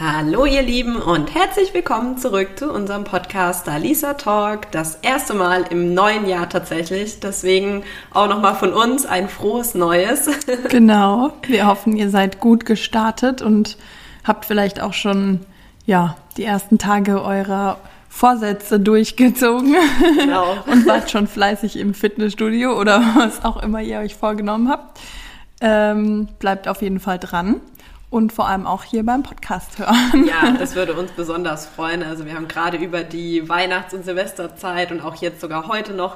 Hallo ihr Lieben und herzlich willkommen zurück zu unserem Podcast Dalisa Talk. Das erste Mal im neuen Jahr tatsächlich, deswegen auch nochmal von uns ein frohes Neues. Genau, wir hoffen, ihr seid gut gestartet und habt vielleicht auch schon die ersten Tage eurer Vorsätze durchgezogen. Genau. Und wart schon fleißig im Fitnessstudio oder was auch immer ihr euch vorgenommen habt. Bleibt auf jeden Fall dran. Und vor allem auch hier beim Podcast hören. Ja, das würde uns besonders freuen. Also wir haben gerade über die Weihnachts- und Silvesterzeit und auch jetzt sogar heute noch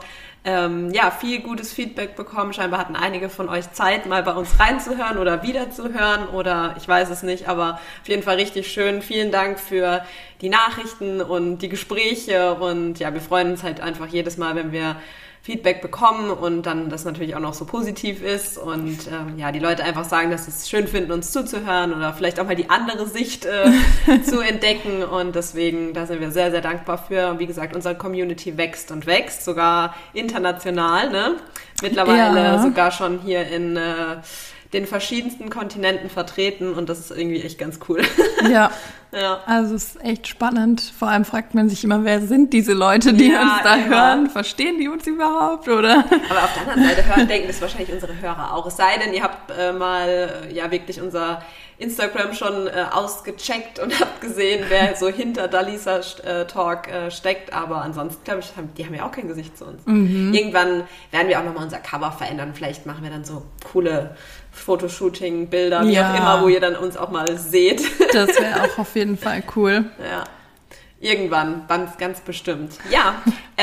viel gutes Feedback bekommen. Scheinbar hatten einige von euch Zeit, mal bei uns reinzuhören oder wiederzuhören oder ich weiß es nicht, aber auf jeden Fall richtig schön. Vielen Dank für die Nachrichten und die Gespräche und ja, wir freuen uns halt einfach jedes Mal, wenn wir Feedback bekommen und dann das natürlich auch noch so positiv ist und die Leute einfach sagen, dass sie es schön finden, uns zuzuhören oder vielleicht auch mal die andere Sicht zu entdecken und deswegen, da sind wir sehr, sehr dankbar für. Und wie gesagt, unsere Community wächst und wächst, sogar international, ne? Mittlerweile sogar schon hier in den verschiedensten Kontinenten vertreten und das ist irgendwie echt ganz cool. Ja. Also es ist echt spannend. Vor allem fragt man sich immer, wer sind diese Leute, die uns da hören? Verstehen die uns überhaupt, oder? Aber auf der anderen Seite denken das wahrscheinlich unsere Hörer auch. Es sei denn, ihr habt wirklich unser Instagram schon ausgecheckt und habt gesehen, wer so hinter Dalisa Talk steckt. Aber ansonsten, glaube ich, die haben ja auch kein Gesicht zu uns. Mhm. Irgendwann werden wir auch nochmal unser Cover verändern. Vielleicht machen wir dann so coole Fotoshooting-Bilder, wie auch immer, wo ihr dann uns auch mal seht. Das wäre auch auf jeden Fall cool. Ja, irgendwann, ganz bestimmt. Ja,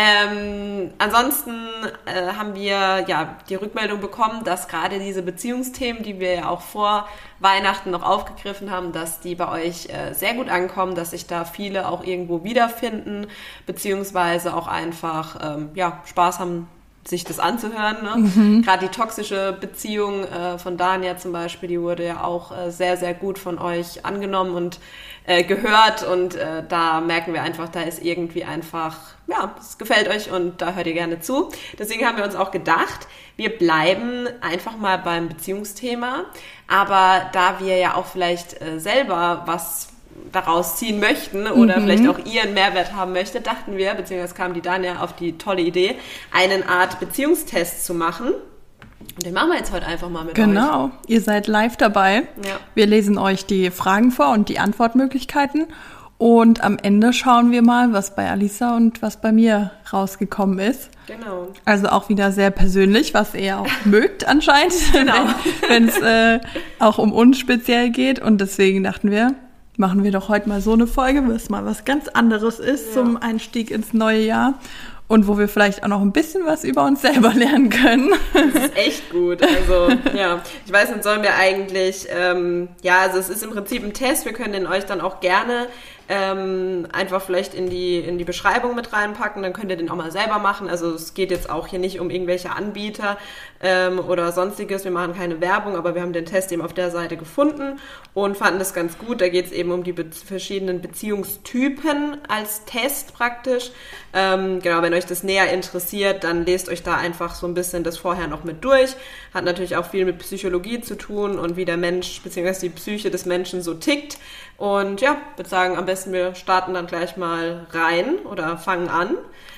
ansonsten haben wir die Rückmeldung bekommen, dass gerade diese Beziehungsthemen, die wir ja auch vor Weihnachten noch aufgegriffen haben, dass die bei euch sehr gut ankommen, dass sich da viele auch irgendwo wiederfinden, beziehungsweise auch einfach Spaß haben, sich das anzuhören. Ne? Mhm. Gerade die toxische Beziehung von Dania zum Beispiel, die wurde ja auch sehr, sehr gut von euch angenommen und gehört und da merken wir einfach, da ist irgendwie einfach, es gefällt euch und da hört ihr gerne zu. Deswegen haben wir uns auch gedacht, wir bleiben einfach mal beim Beziehungsthema, aber da wir ja auch vielleicht selber was daraus ziehen möchten oder vielleicht auch ihr einen Mehrwert haben möchte, dachten wir, beziehungsweise kam die Dania auf die tolle Idee, eine Art Beziehungstest zu machen. Und den machen wir jetzt heute einfach mal mit euch. Genau, ihr seid live dabei. Ja. Wir lesen euch die Fragen vor und die Antwortmöglichkeiten. Und am Ende schauen wir mal, was bei Alisa und was bei mir rausgekommen ist. Genau. Also auch wieder sehr persönlich, was ihr auch mögt anscheinend, genau. Wenn es auch um uns speziell geht. Und deswegen dachten wir, machen wir doch heute mal so eine Folge, was mal was ganz anderes ist zum Einstieg ins neue Jahr und wo wir vielleicht auch noch ein bisschen was über uns selber lernen können. Das ist echt gut. Also, ich weiß nicht, sollen wir eigentlich, also es ist im Prinzip ein Test, wir können den euch dann auch gerne einfach vielleicht in die Beschreibung mit reinpacken, dann könnt ihr den auch mal selber machen. Also es geht jetzt auch hier nicht um irgendwelche Anbieter oder sonstiges, wir machen keine Werbung, aber wir haben den Test eben auf der Seite gefunden und fanden das ganz gut. Da geht es eben um die verschiedenen Beziehungstypen als Test praktisch. Wenn euch das näher interessiert, dann lest euch da einfach so ein bisschen das vorher noch mit durch. Hat natürlich auch viel mit Psychologie zu tun und wie der Mensch bzw. die Psyche des Menschen so tickt. Und ich würde sagen, am besten wir starten dann gleich mal rein oder fangen an.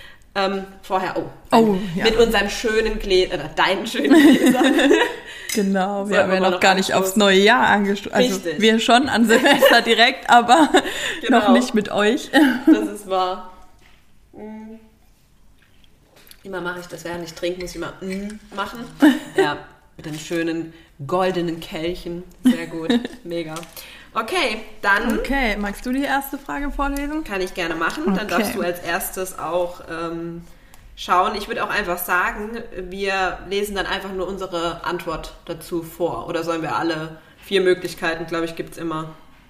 Mit unseren schönen Gläsern, deinen schönen Gläsern. Genau, wir haben ja noch gar nicht aufs neue Jahr angestoßen. Also wir schon an Silvester direkt, aber noch nicht mit euch. Das ist wahr. Immer mache ich das, während ich trinke, muss ich immer machen. Ja, mit den schönen goldenen Kelchen. Sehr gut, mega. Okay, dann... Okay, magst du die erste Frage vorlesen? Kann ich gerne machen. Dann darfst du als erstes auch schauen. Ich würde auch einfach sagen, wir lesen dann einfach nur unsere Antwort dazu vor. Oder sollen wir alle 4 Möglichkeiten, glaube ich, gibt es immer.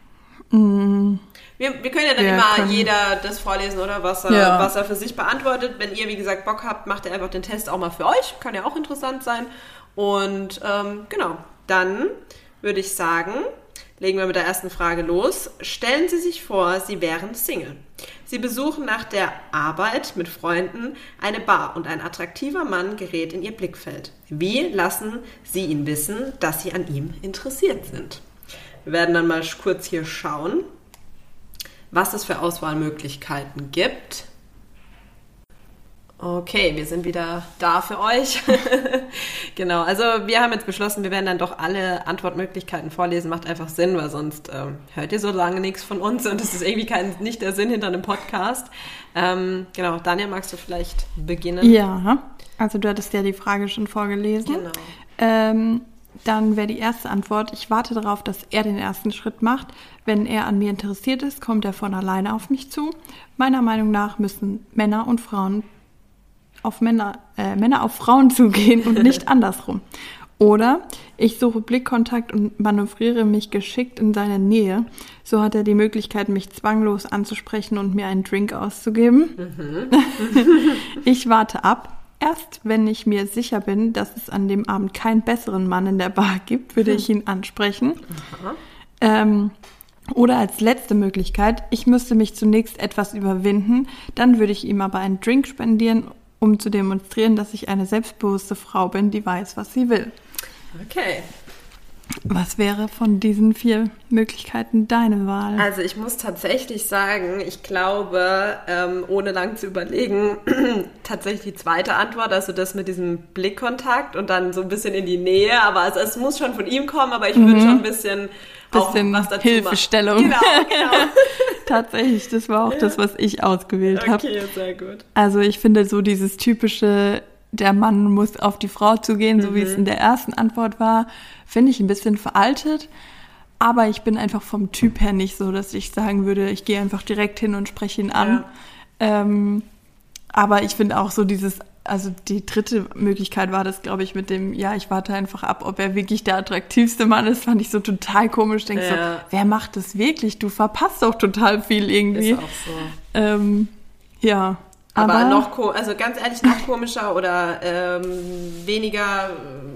Wir können ja dann jeder das vorlesen, oder was er für sich beantwortet. Wenn ihr, wie gesagt, Bock habt, macht ihr einfach den Test auch mal für euch. Kann ja auch interessant sein. Und dann würde ich sagen... Legen wir mit der ersten Frage los. Stellen Sie sich vor, Sie wären Single. Sie besuchen nach der Arbeit mit Freunden eine Bar und ein attraktiver Mann gerät in Ihr Blickfeld. Wie lassen Sie ihn wissen, dass Sie an ihm interessiert sind? Wir werden dann mal kurz hier schauen. was es für Auswahlmöglichkeiten gibt. Okay, wir sind wieder da für euch. Genau, also wir haben jetzt beschlossen, wir werden dann doch alle Antwortmöglichkeiten vorlesen. Macht einfach Sinn, weil sonst hört ihr so lange nichts von uns und das ist irgendwie nicht der Sinn hinter einem Podcast. Genau, Daniel, magst du vielleicht beginnen? Ja, also du hattest ja die Frage schon vorgelesen. Genau. Dann wäre die erste Antwort, ich warte darauf, dass er den ersten Schritt macht. Wenn er an mir interessiert ist, kommt er von alleine auf mich zu. Meiner Meinung nach müssen Männer auf Frauen zugehen und nicht andersrum. Oder ich suche Blickkontakt und manövriere mich geschickt in seine Nähe. So hat er die Möglichkeit, mich zwanglos anzusprechen und mir einen Drink auszugeben. Ich warte ab. Erst wenn ich mir sicher bin, dass es an dem Abend keinen besseren Mann in der Bar gibt, würde ich ihn ansprechen. Oder als letzte Möglichkeit, ich müsste mich zunächst etwas überwinden, dann würde ich ihm aber einen Drink spendieren, um zu demonstrieren, dass ich eine selbstbewusste Frau bin, die weiß, was sie will. Okay. Was wäre von diesen 4 Möglichkeiten deine Wahl? Also ich muss tatsächlich sagen, ich glaube, ohne lang zu überlegen, tatsächlich die zweite Antwort, also das mit diesem Blickkontakt und dann so ein bisschen in die Nähe, aber also es muss schon von ihm kommen, aber ich würde schon ein bisschen auch was dazu Hilfestellung. machen. Genau. Tatsächlich, das war auch das, was ich ausgewählt habe. Okay, sehr gut. Also ich finde so dieses typische, der Mann muss auf die Frau zugehen, so wie es in der ersten Antwort war, finde ich ein bisschen veraltet. Aber ich bin einfach vom Typ her nicht so, dass ich sagen würde, ich gehe einfach direkt hin und spreche ihn an. Ja. Aber ich finde auch so also die dritte Möglichkeit war das, glaube ich, mit dem, ich warte einfach ab, ob er wirklich der attraktivste Mann ist, fand ich so total komisch. Denkst so, wer macht das wirklich? Du verpasst doch total viel irgendwie. Ist auch so. Ja. Aber also ganz ehrlich, noch komischer oder weniger,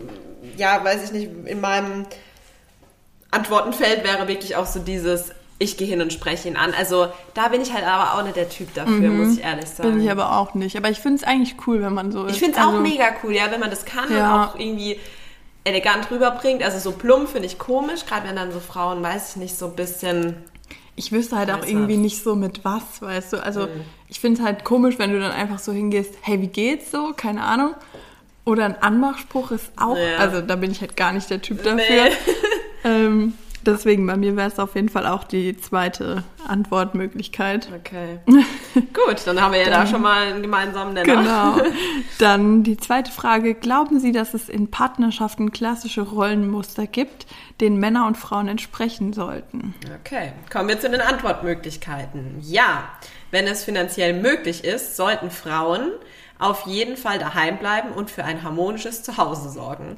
weiß ich nicht, in meinem Antwortenfeld wäre wirklich auch so dieses, ich gehe hin und spreche ihn an. Also da bin ich halt aber auch nicht der Typ dafür, muss ich ehrlich sagen. Bin ich aber auch nicht. Aber ich finde es eigentlich cool, wenn man so ist. Ich finde es auch mega cool, wenn man das kann und auch irgendwie elegant rüberbringt. Also so plump finde ich komisch, gerade wenn dann so Frauen, weiß ich nicht, so ein bisschen... Ich wüsste halt auch irgendwie nicht so mit was, weißt du. Also ich finde es halt komisch, wenn du dann einfach so hingehst, hey, wie geht's so? Keine Ahnung. Oder ein Anmachspruch ist auch, also da bin ich halt gar nicht der Typ dafür. Nee. Deswegen, bei mir wäre es auf jeden Fall auch die zweite Antwortmöglichkeit. Okay. Gut, dann haben wir da schon mal einen gemeinsamen Nenner. Genau. Dann die zweite Frage. Glauben Sie, dass es in Partnerschaften klassische Rollenmuster gibt, denen Männer und Frauen entsprechen sollten? Okay, kommen wir zu den Antwortmöglichkeiten. Ja, wenn es finanziell möglich ist, sollten Frauen auf jeden Fall daheim bleiben und für ein harmonisches Zuhause sorgen.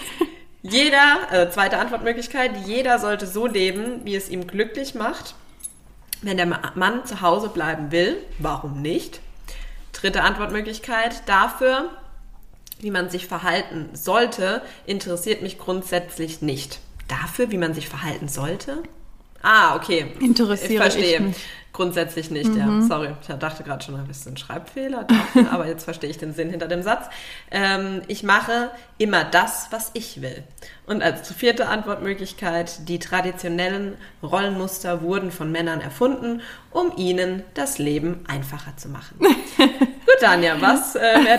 Zweite Antwortmöglichkeit, jeder sollte so leben, wie es ihm glücklich macht. Wenn der Mann zu Hause bleiben will, warum nicht? Dritte Antwortmöglichkeit, dafür, wie man sich verhalten sollte, interessiert mich grundsätzlich nicht. Dafür, wie man sich verhalten sollte? Ah, okay. Ich verstehe. Mich. Grundsätzlich nicht, ja. Sorry, ich dachte gerade schon, das ist ein Schreibfehler dafür, aber jetzt verstehe ich den Sinn hinter dem Satz. Ich mache immer das, was ich will. Und als vierte Antwortmöglichkeit, die traditionellen Rollenmuster wurden von Männern erfunden, um ihnen das Leben einfacher zu machen. Gut, Danja, was wäre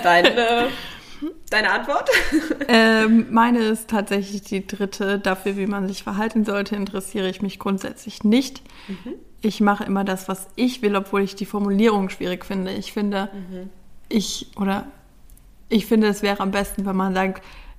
deine Antwort? Meine ist tatsächlich die dritte. Dafür, wie man sich verhalten sollte, interessiere ich mich grundsätzlich nicht. Ich mache immer das, was ich will, obwohl ich die Formulierung schwierig finde. Ich finde, ich finde, es wäre am besten, wenn man sagt,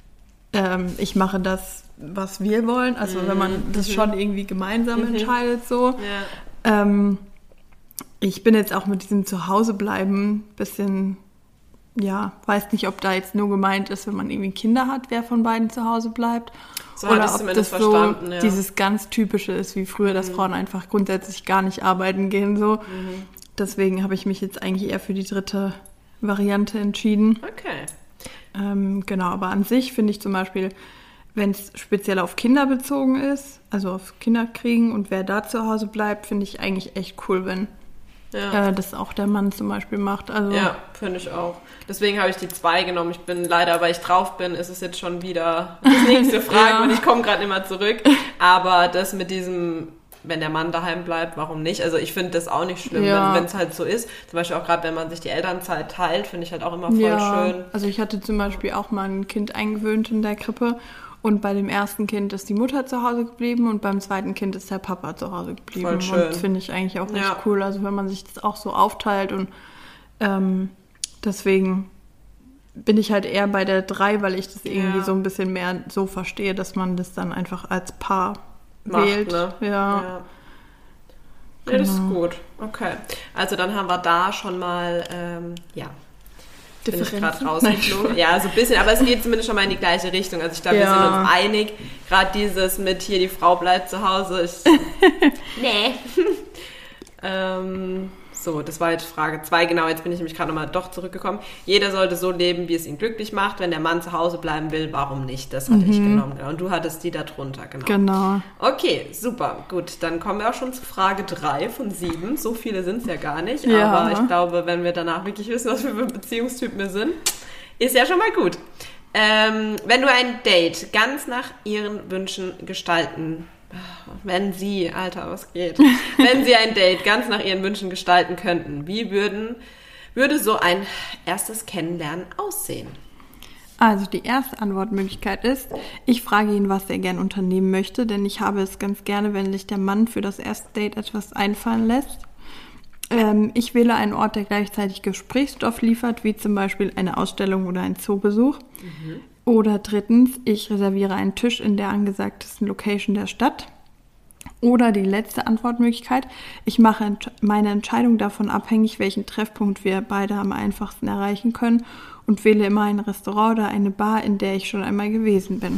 ich mache das, was wir wollen. Also wenn man das schon irgendwie gemeinsam entscheidet, so. Ja. Ich bin jetzt auch mit diesem Zuhausebleiben ein bisschen... weiß nicht, ob da jetzt nur gemeint ist, wenn man irgendwie Kinder hat, wer von beiden zu Hause bleibt. So oder ob das so ja. dieses ganz Typische ist, wie früher, dass Frauen einfach grundsätzlich gar nicht arbeiten gehen. So. Deswegen habe ich mich jetzt eigentlich eher für die dritte Variante entschieden. Okay. Genau, aber an sich finde ich zum Beispiel, wenn es speziell auf Kinder bezogen ist, also auf Kinder kriegen und wer da zu Hause bleibt, finde ich eigentlich echt cool, wenn das auch der Mann zum Beispiel macht. Also, ja, finde ich auch. Deswegen habe ich die 2 genommen. Ich bin leider, weil ich drauf bin, ist es jetzt schon wieder das nächste Frage und ich komme gerade immer zurück. Aber das mit diesem wenn der Mann daheim bleibt, warum nicht? Also ich finde das auch nicht schlimm, wenn es halt so ist. Zum Beispiel auch gerade, wenn man sich die Elternzeit teilt, finde ich halt auch immer voll schön. Also ich hatte zum Beispiel auch mal ein Kind eingewöhnt in der Krippe und bei dem ersten Kind ist die Mutter zu Hause geblieben und beim zweiten Kind ist der Papa zu Hause geblieben. Voll schön. Und finde ich eigentlich auch echt cool, also wenn man sich das auch so aufteilt und deswegen bin ich halt eher bei der 3, weil ich das irgendwie so ein bisschen mehr so verstehe, dass man das dann einfach als Paar wählt. Ne? Ja, das ist gut. Okay. Also dann haben wir da schon mal, bin ich gerade rausgeflogen. Ja, so ein bisschen, aber es geht zumindest schon mal in die gleiche Richtung. Also ich glaube, wir sind uns einig. Gerade dieses mit hier, die Frau bleibt zu Hause. Nee. So, das war jetzt Frage 2. Genau, jetzt bin ich nämlich gerade nochmal doch zurückgekommen. Jeder sollte so leben, wie es ihn glücklich macht. Wenn der Mann zu Hause bleiben will, warum nicht? Das hatte ich genommen. Genau. Und du hattest die da drunter, Genau. Okay, super. Gut, dann kommen wir auch schon zu Frage 3 von 7. So viele sind es ja gar nicht. Aber ich glaube, wenn wir danach wirklich wissen, was wir für Beziehungstypen wir sind, ist ja schon mal gut. Wenn du ein Date ganz nach ihren Wünschen gestalten Wenn Sie ein Date ganz nach Ihren Wünschen gestalten könnten, wie würde so ein erstes Kennenlernen aussehen? Also die erste Antwortmöglichkeit ist, ich frage ihn, was er gern unternehmen möchte, denn ich habe es ganz gerne, wenn sich der Mann für das erste Date etwas einfallen lässt. Ich wähle einen Ort, der gleichzeitig Gesprächsstoff liefert, wie zum Beispiel eine Ausstellung oder ein Zoobesuch. Oder drittens, ich reserviere einen Tisch in der angesagtesten Location der Stadt. Oder die letzte Antwortmöglichkeit, ich mache meine Entscheidung davon abhängig, welchen Treffpunkt wir beide am einfachsten erreichen können und wähle immer ein Restaurant oder eine Bar, in der ich schon einmal gewesen bin.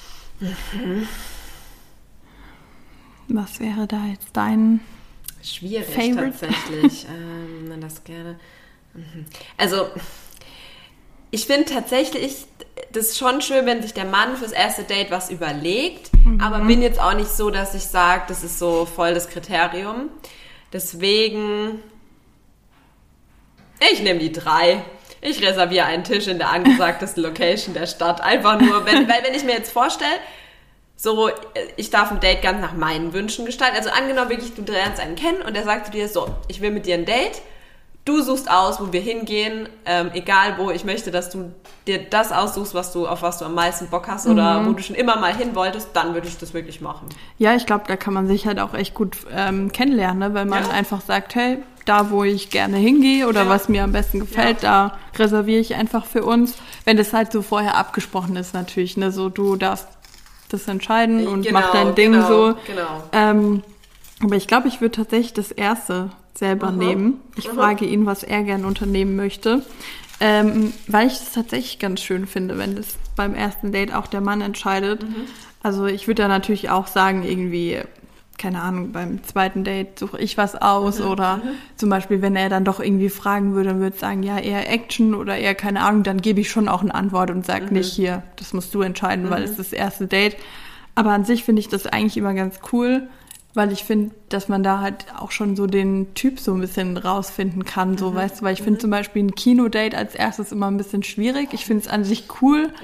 Was wäre da jetzt dein Schwierig Favorite? Tatsächlich. Das gerne. Also, ich finde tatsächlich, das ist schon schön, wenn sich der Mann fürs erste Date was überlegt, aber bin jetzt auch nicht so, dass ich sage, das ist so voll das Kriterium. Deswegen, ich nehme die 3. Ich reserviere einen Tisch in der angesagtesten Location der Stadt. Einfach nur, weil wenn ich mir jetzt vorstelle, so, ich darf ein Date ganz nach meinen Wünschen gestalten. Also angenommen wirklich, du lernst einen kennen und der sagt zu dir so, ich will mit dir ein Date. Du suchst aus, wo wir hingehen, egal wo. Ich möchte, dass du dir das aussuchst, auf was du am meisten Bock hast oder wo du schon immer mal hin wolltest, dann würde ich das wirklich machen. Ja, ich glaube, da kann man sich halt auch echt gut kennenlernen, ne? Weil man einfach sagt, hey, da wo ich gerne hingehe oder was mir am besten gefällt, da reserviere ich einfach für uns. Wenn das halt so vorher abgesprochen ist natürlich, ne? So, du darfst das entscheiden und mach dein Ding so. Genau. Aber ich glaube, ich würde tatsächlich das erste selber nehmen. Ich frage ihn, was er gern unternehmen möchte, weil ich es tatsächlich ganz schön finde, wenn das beim ersten Date auch der Mann entscheidet. Also ich würde da natürlich auch sagen, irgendwie, keine Ahnung, beim zweiten Date suche ich was aus oder zum Beispiel, wenn er dann doch irgendwie fragen würde, dann würde ich sagen, ja, eher Action oder eher keine Ahnung, dann gebe ich schon auch eine Antwort und sage nicht hier, das musst du entscheiden, weil es ist das erste Date. Aber an sich finde ich das eigentlich immer ganz cool, weil ich finde, dass man da halt auch schon so den Typ so ein bisschen rausfinden kann, so, weißt du, weil ich finde zum Beispiel ein Kinodate als erstes immer ein bisschen schwierig. Ich finde es an sich cool,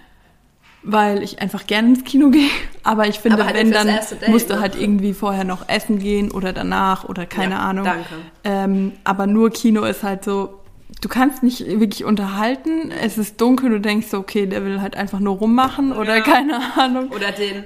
weil ich einfach gerne ins Kino gehe, aber ich finde, halt wenn, dann musst du ne? halt irgendwie vorher noch essen gehen oder danach oder keine Ahnung. Danke. Aber nur Kino ist halt so, du kannst nicht wirklich unterhalten, es ist dunkel, du denkst so, okay, der will halt einfach nur rummachen oder keine Ahnung. Oder den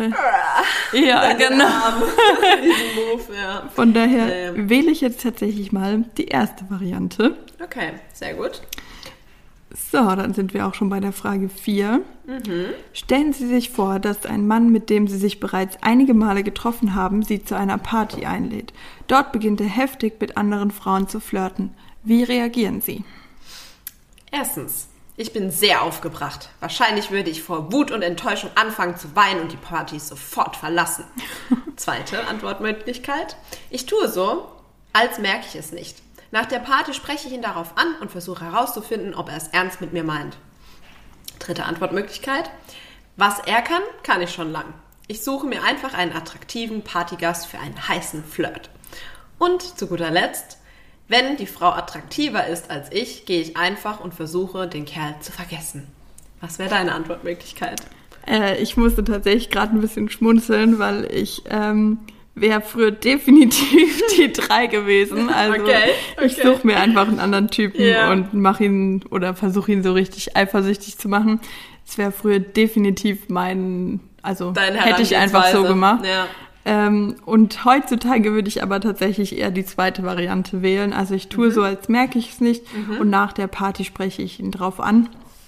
ja, genau. Diesen Move, ja. Von daher wähle ich jetzt tatsächlich mal die erste Variante. Okay, sehr gut. So, dann sind wir auch schon bei der Frage 4. Stellen Sie sich vor, dass ein Mann, mit dem Sie sich bereits einige Male getroffen haben, Sie zu einer Party einlädt. Dort beginnt er heftig mit anderen Frauen zu flirten. Wie reagieren Sie? Erstens, ich bin sehr aufgebracht. Wahrscheinlich würde ich vor Wut und Enttäuschung anfangen zu weinen und die Party sofort verlassen. Zweite Antwortmöglichkeit. Ich tue so, als merke ich es nicht. Nach der Party spreche ich ihn darauf an und versuche herauszufinden, ob er es ernst mit mir meint. Dritte Antwortmöglichkeit. Was er kann, kann ich schon lang. Ich suche mir einfach einen attraktiven Partygast für einen heißen Flirt. Und zu guter Letzt, wenn die Frau attraktiver ist als ich, gehe ich einfach und versuche, den Kerl zu vergessen. Was wäre deine Antwortmöglichkeit? Ich musste tatsächlich gerade ein bisschen schmunzeln, weil ich wäre früher definitiv die 3 gewesen. Also ich suche mir einfach einen anderen Typen und mache ihn oder versuche ihn so richtig eifersüchtig zu machen. Es wäre früher definitiv hätte ich einfach so gemacht. Ja. Und heutzutage würde ich aber tatsächlich eher die 2. Variante wählen. Also ich tue so, als merke ich es nicht und nach der Party spreche ich ihn drauf an.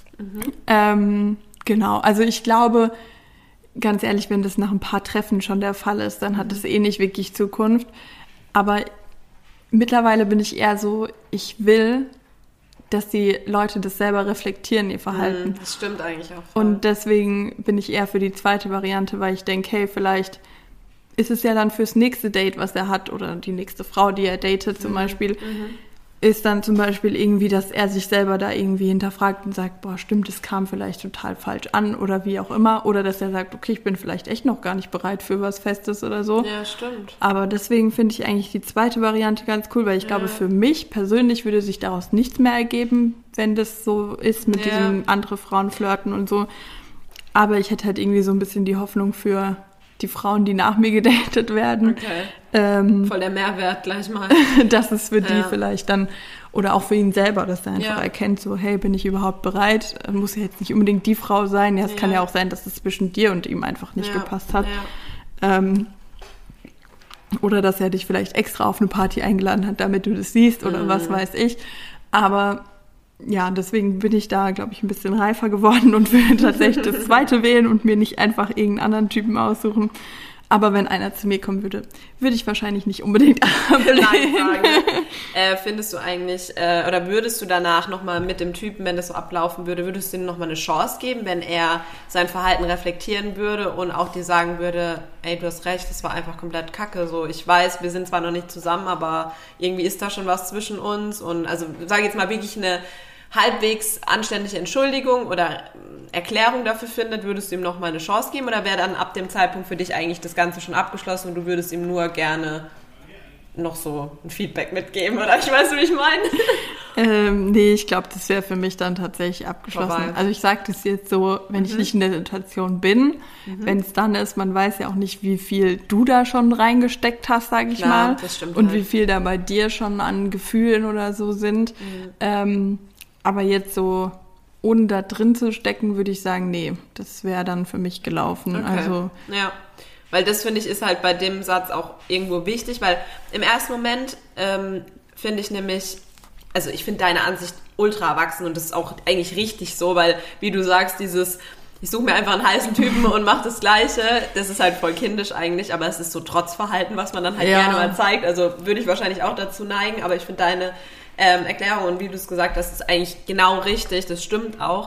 Genau, also ich glaube, ganz ehrlich, wenn das nach ein paar Treffen schon der Fall ist, dann hat es nicht wirklich Zukunft. Aber mittlerweile bin ich eher so, ich will, dass die Leute das selber reflektieren, ihr Verhalten. Das stimmt eigentlich auch voll. Und deswegen bin ich eher für die 2. Variante, weil ich denke, hey, vielleicht ist es ja dann fürs nächste Date, was er hat, oder die nächste Frau, die er datet zum Beispiel, ist dann zum Beispiel irgendwie, dass er sich selber da irgendwie hinterfragt und sagt, boah, stimmt, es kam vielleicht total falsch an oder wie auch immer. Oder dass er sagt, okay, ich bin vielleicht echt noch gar nicht bereit für was Festes oder so. Ja, stimmt. Aber deswegen finde ich eigentlich die 2. Variante ganz cool, weil ich glaube, für mich persönlich würde sich daraus nichts mehr ergeben, wenn das so ist mit diesem andere Frauen flirten und so. Aber ich hätte halt irgendwie so ein bisschen die Hoffnung für die Frauen, die nach mir gedatet werden. Okay. Voll der Mehrwert gleich mal. Dass es für die vielleicht dann, oder auch für ihn selber, dass er einfach erkennt, so, hey, bin ich überhaupt bereit? Muss ja jetzt nicht unbedingt die Frau sein. Ja, es kann ja auch sein, dass es zwischen dir und ihm einfach nicht gepasst hat. Ja. Oder dass er dich vielleicht extra auf eine Party eingeladen hat, damit du das siehst oder was weiß ich. Aber ja, deswegen bin ich da, glaube ich, ein bisschen reifer geworden und würde tatsächlich das 2. wählen und mir nicht einfach irgendeinen anderen Typen aussuchen. Aber wenn einer zu mir kommen würde, würde ich wahrscheinlich nicht unbedingt ablehnen. Findest du eigentlich, oder würdest du danach nochmal mit dem Typen, wenn das so ablaufen würde, würdest du ihm nochmal eine Chance geben, wenn er sein Verhalten reflektieren würde und auch dir sagen würde, ey, du hast recht, das war einfach komplett kacke. So, ich weiß, wir sind zwar noch nicht zusammen, aber irgendwie ist da schon was zwischen uns. Und also, sage jetzt mal wirklich eine halbwegs anständige Entschuldigung oder Erklärung dafür findet, würdest du ihm noch mal eine Chance geben oder wäre dann ab dem Zeitpunkt für dich eigentlich das Ganze schon abgeschlossen und du würdest ihm nur gerne noch so ein Feedback mitgeben oder ich weiß, wie ich meine? Nee, ich glaube, das wäre für mich dann tatsächlich abgeschlossen. Vorbei. Also ich sage das jetzt so, wenn ich nicht in der Situation bin, wenn es dann ist, man weiß ja auch nicht, wie viel du da schon reingesteckt hast, sage ich mal. Das stimmt und halt. Wie viel da bei dir schon an Gefühlen oder so sind. Aber jetzt so, ohne da drin zu stecken, würde ich sagen, nee, das wäre dann für mich gelaufen. Okay. Also ja, weil das, finde ich, ist halt bei dem Satz auch irgendwo wichtig, weil im ersten Moment finde ich nämlich, also ich finde deine Ansicht ultra erwachsen und das ist auch eigentlich richtig so, weil, wie du sagst, dieses, ich suche mir einfach einen heißen Typen und mache das Gleiche, das ist halt voll kindisch eigentlich, aber es ist so Trotzverhalten, was man dann halt gerne mal zeigt, also würde ich wahrscheinlich auch dazu neigen, aber ich finde deine Erklärung und wie du es gesagt hast, ist eigentlich genau richtig, das stimmt auch.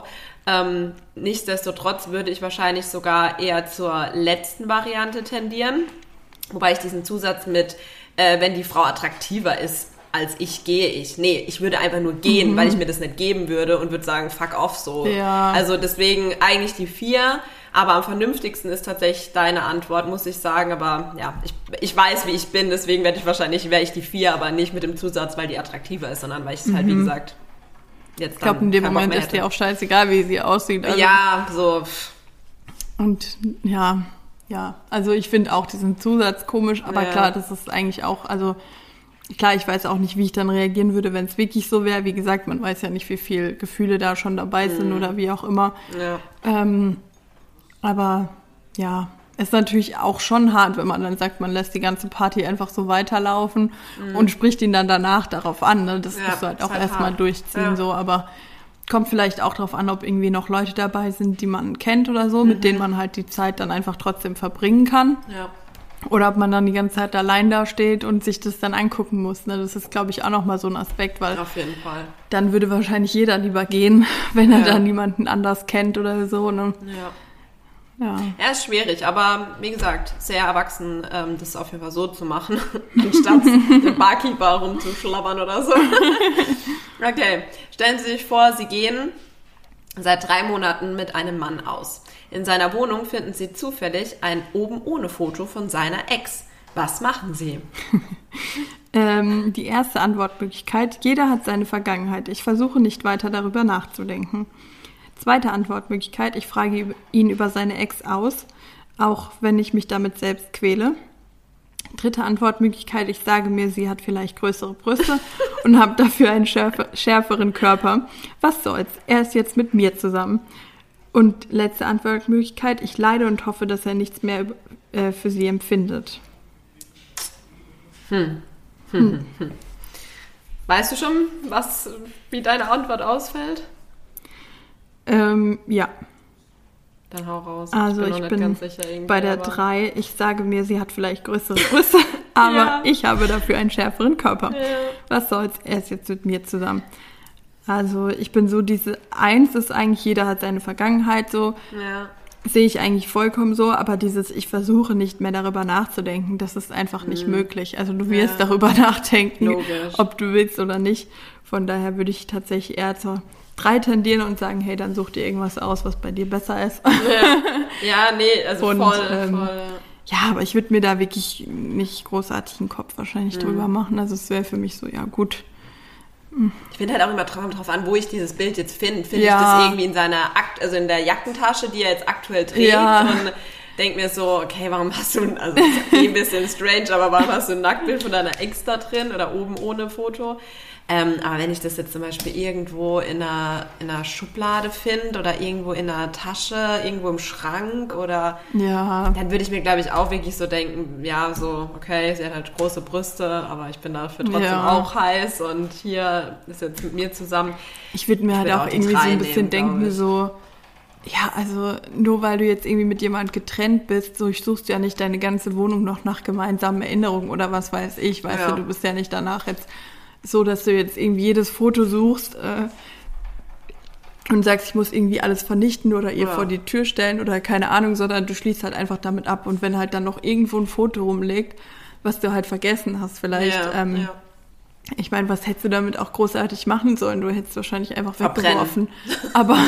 Nichtsdestotrotz würde ich wahrscheinlich sogar eher zur letzten Variante tendieren, wobei ich diesen Zusatz mit, wenn die Frau attraktiver ist als ich, gehe ich. Nee, ich würde einfach nur gehen, weil ich mir das nicht geben würde und würde sagen, fuck off so. Ja. Also deswegen eigentlich die 4, aber am vernünftigsten ist tatsächlich deine Antwort, muss ich sagen. Aber ja, ich weiß, wie ich bin, deswegen wäre ich die 4, aber nicht mit dem Zusatz, weil die attraktiver ist, sondern weil ich es halt, wie gesagt, jetzt dann. Ich glaube, in dem Moment ist dir auch scheißegal, wie sie aussieht. Also ja, so. Und ja, also ich finde auch diesen Zusatz komisch, aber klar, das ist eigentlich auch, also klar, ich weiß auch nicht, wie ich dann reagieren würde, wenn es wirklich so wäre. Wie gesagt, man weiß ja nicht, wie viel Gefühle da schon dabei sind oder wie auch immer. Ja. Aber ja, ist natürlich auch schon hart, wenn man dann sagt, man lässt die ganze Party einfach so weiterlaufen und spricht ihn dann danach darauf an. Ne? Das musst du halt auch erstmal durchziehen. So, aber kommt vielleicht auch darauf an, ob irgendwie noch Leute dabei sind, die man kennt oder so, mit denen man halt die Zeit dann einfach trotzdem verbringen kann. Ja. Oder ob man dann die ganze Zeit allein da steht und sich das dann angucken muss. Ne? Das ist, glaube ich, auch nochmal so ein Aspekt, weil auf jeden Fall. Dann würde wahrscheinlich jeder lieber gehen, wenn er dann niemanden anders kennt oder so. Ne? Ja, ist schwierig, aber wie gesagt, sehr erwachsen, das auf jeden Fall so zu machen, anstatt den Barkeeper rumzuschlabbern oder so. Okay, stellen Sie sich vor, Sie gehen seit 3 Monaten mit einem Mann aus. In seiner Wohnung finden Sie zufällig ein oben-ohne-Foto von seiner Ex. Was machen Sie? Die erste Antwortmöglichkeit, jeder hat seine Vergangenheit. Ich versuche nicht weiter darüber nachzudenken. Zweite Antwortmöglichkeit, ich frage ihn über seine Ex aus, auch wenn ich mich damit selbst quäle. Dritte Antwortmöglichkeit, ich sage mir, sie hat vielleicht größere Brüste und habe dafür einen schärferen Körper. Was soll's, er ist jetzt mit mir zusammen. Und letzte Antwortmöglichkeit, ich leide und hoffe, dass er nichts mehr für sie empfindet. Weißt du schon, wie deine Antwort ausfällt? Ja. Dann hau raus. Also ich bin ganz sicher bei der 3, ich sage mir, sie hat vielleicht größere Brüste, aber ich habe dafür einen schärferen Körper. Ja. Was soll's, er ist jetzt mit mir zusammen. Also ich bin so, diese 1 ist eigentlich, jeder hat seine Vergangenheit so, sehe ich eigentlich vollkommen so, aber dieses, ich versuche nicht mehr darüber nachzudenken, das ist einfach nicht möglich. Also du wirst darüber nachdenken, ob du willst oder nicht. Von daher würde ich tatsächlich eher zur 3 tendieren und sagen, hey, dann such dir irgendwas aus, was bei dir besser ist. Ja, nee, also und, voll. Ja, aber ich würde mir da wirklich nicht großartig einen Kopf wahrscheinlich drüber machen. Also es wäre für mich so, ja gut. Ich finde halt auch immer drauf an, wo ich dieses Bild jetzt finde. Finde ich das irgendwie in seiner also in der Jackentasche, die er jetzt aktuell trägt und denke mir so, okay, warum hast du, also das ist ein bisschen strange, aber warum hast du ein Nacktbild von deiner Ex da drin oder oben ohne Foto? Aber wenn ich das jetzt zum Beispiel irgendwo in einer Schublade finde oder irgendwo in einer Tasche, irgendwo im Schrank oder dann würde ich mir, glaube ich, auch wirklich so denken, ja, so, okay, sie hat halt große Brüste, aber ich bin dafür trotzdem auch heiß und hier ist jetzt mit mir zusammen. Ich würde mir halt auch irgendwie so ein bisschen denken, so, ja, also nur weil du jetzt irgendwie mit jemand getrennt bist, so suchst du ja nicht deine ganze Wohnung noch nach gemeinsamen Erinnerungen oder was weiß ich, weißt du bist ja nicht danach jetzt so, dass du jetzt irgendwie jedes Foto suchst und sagst, ich muss irgendwie alles vernichten oder ihr vor die Tür stellen oder keine Ahnung, sondern du schließt halt einfach damit ab. Und wenn halt dann noch irgendwo ein Foto rumliegt, was du halt vergessen hast vielleicht, ich meine, was hättest du damit auch großartig machen sollen? Du hättest wahrscheinlich einfach weggeworfen. Aber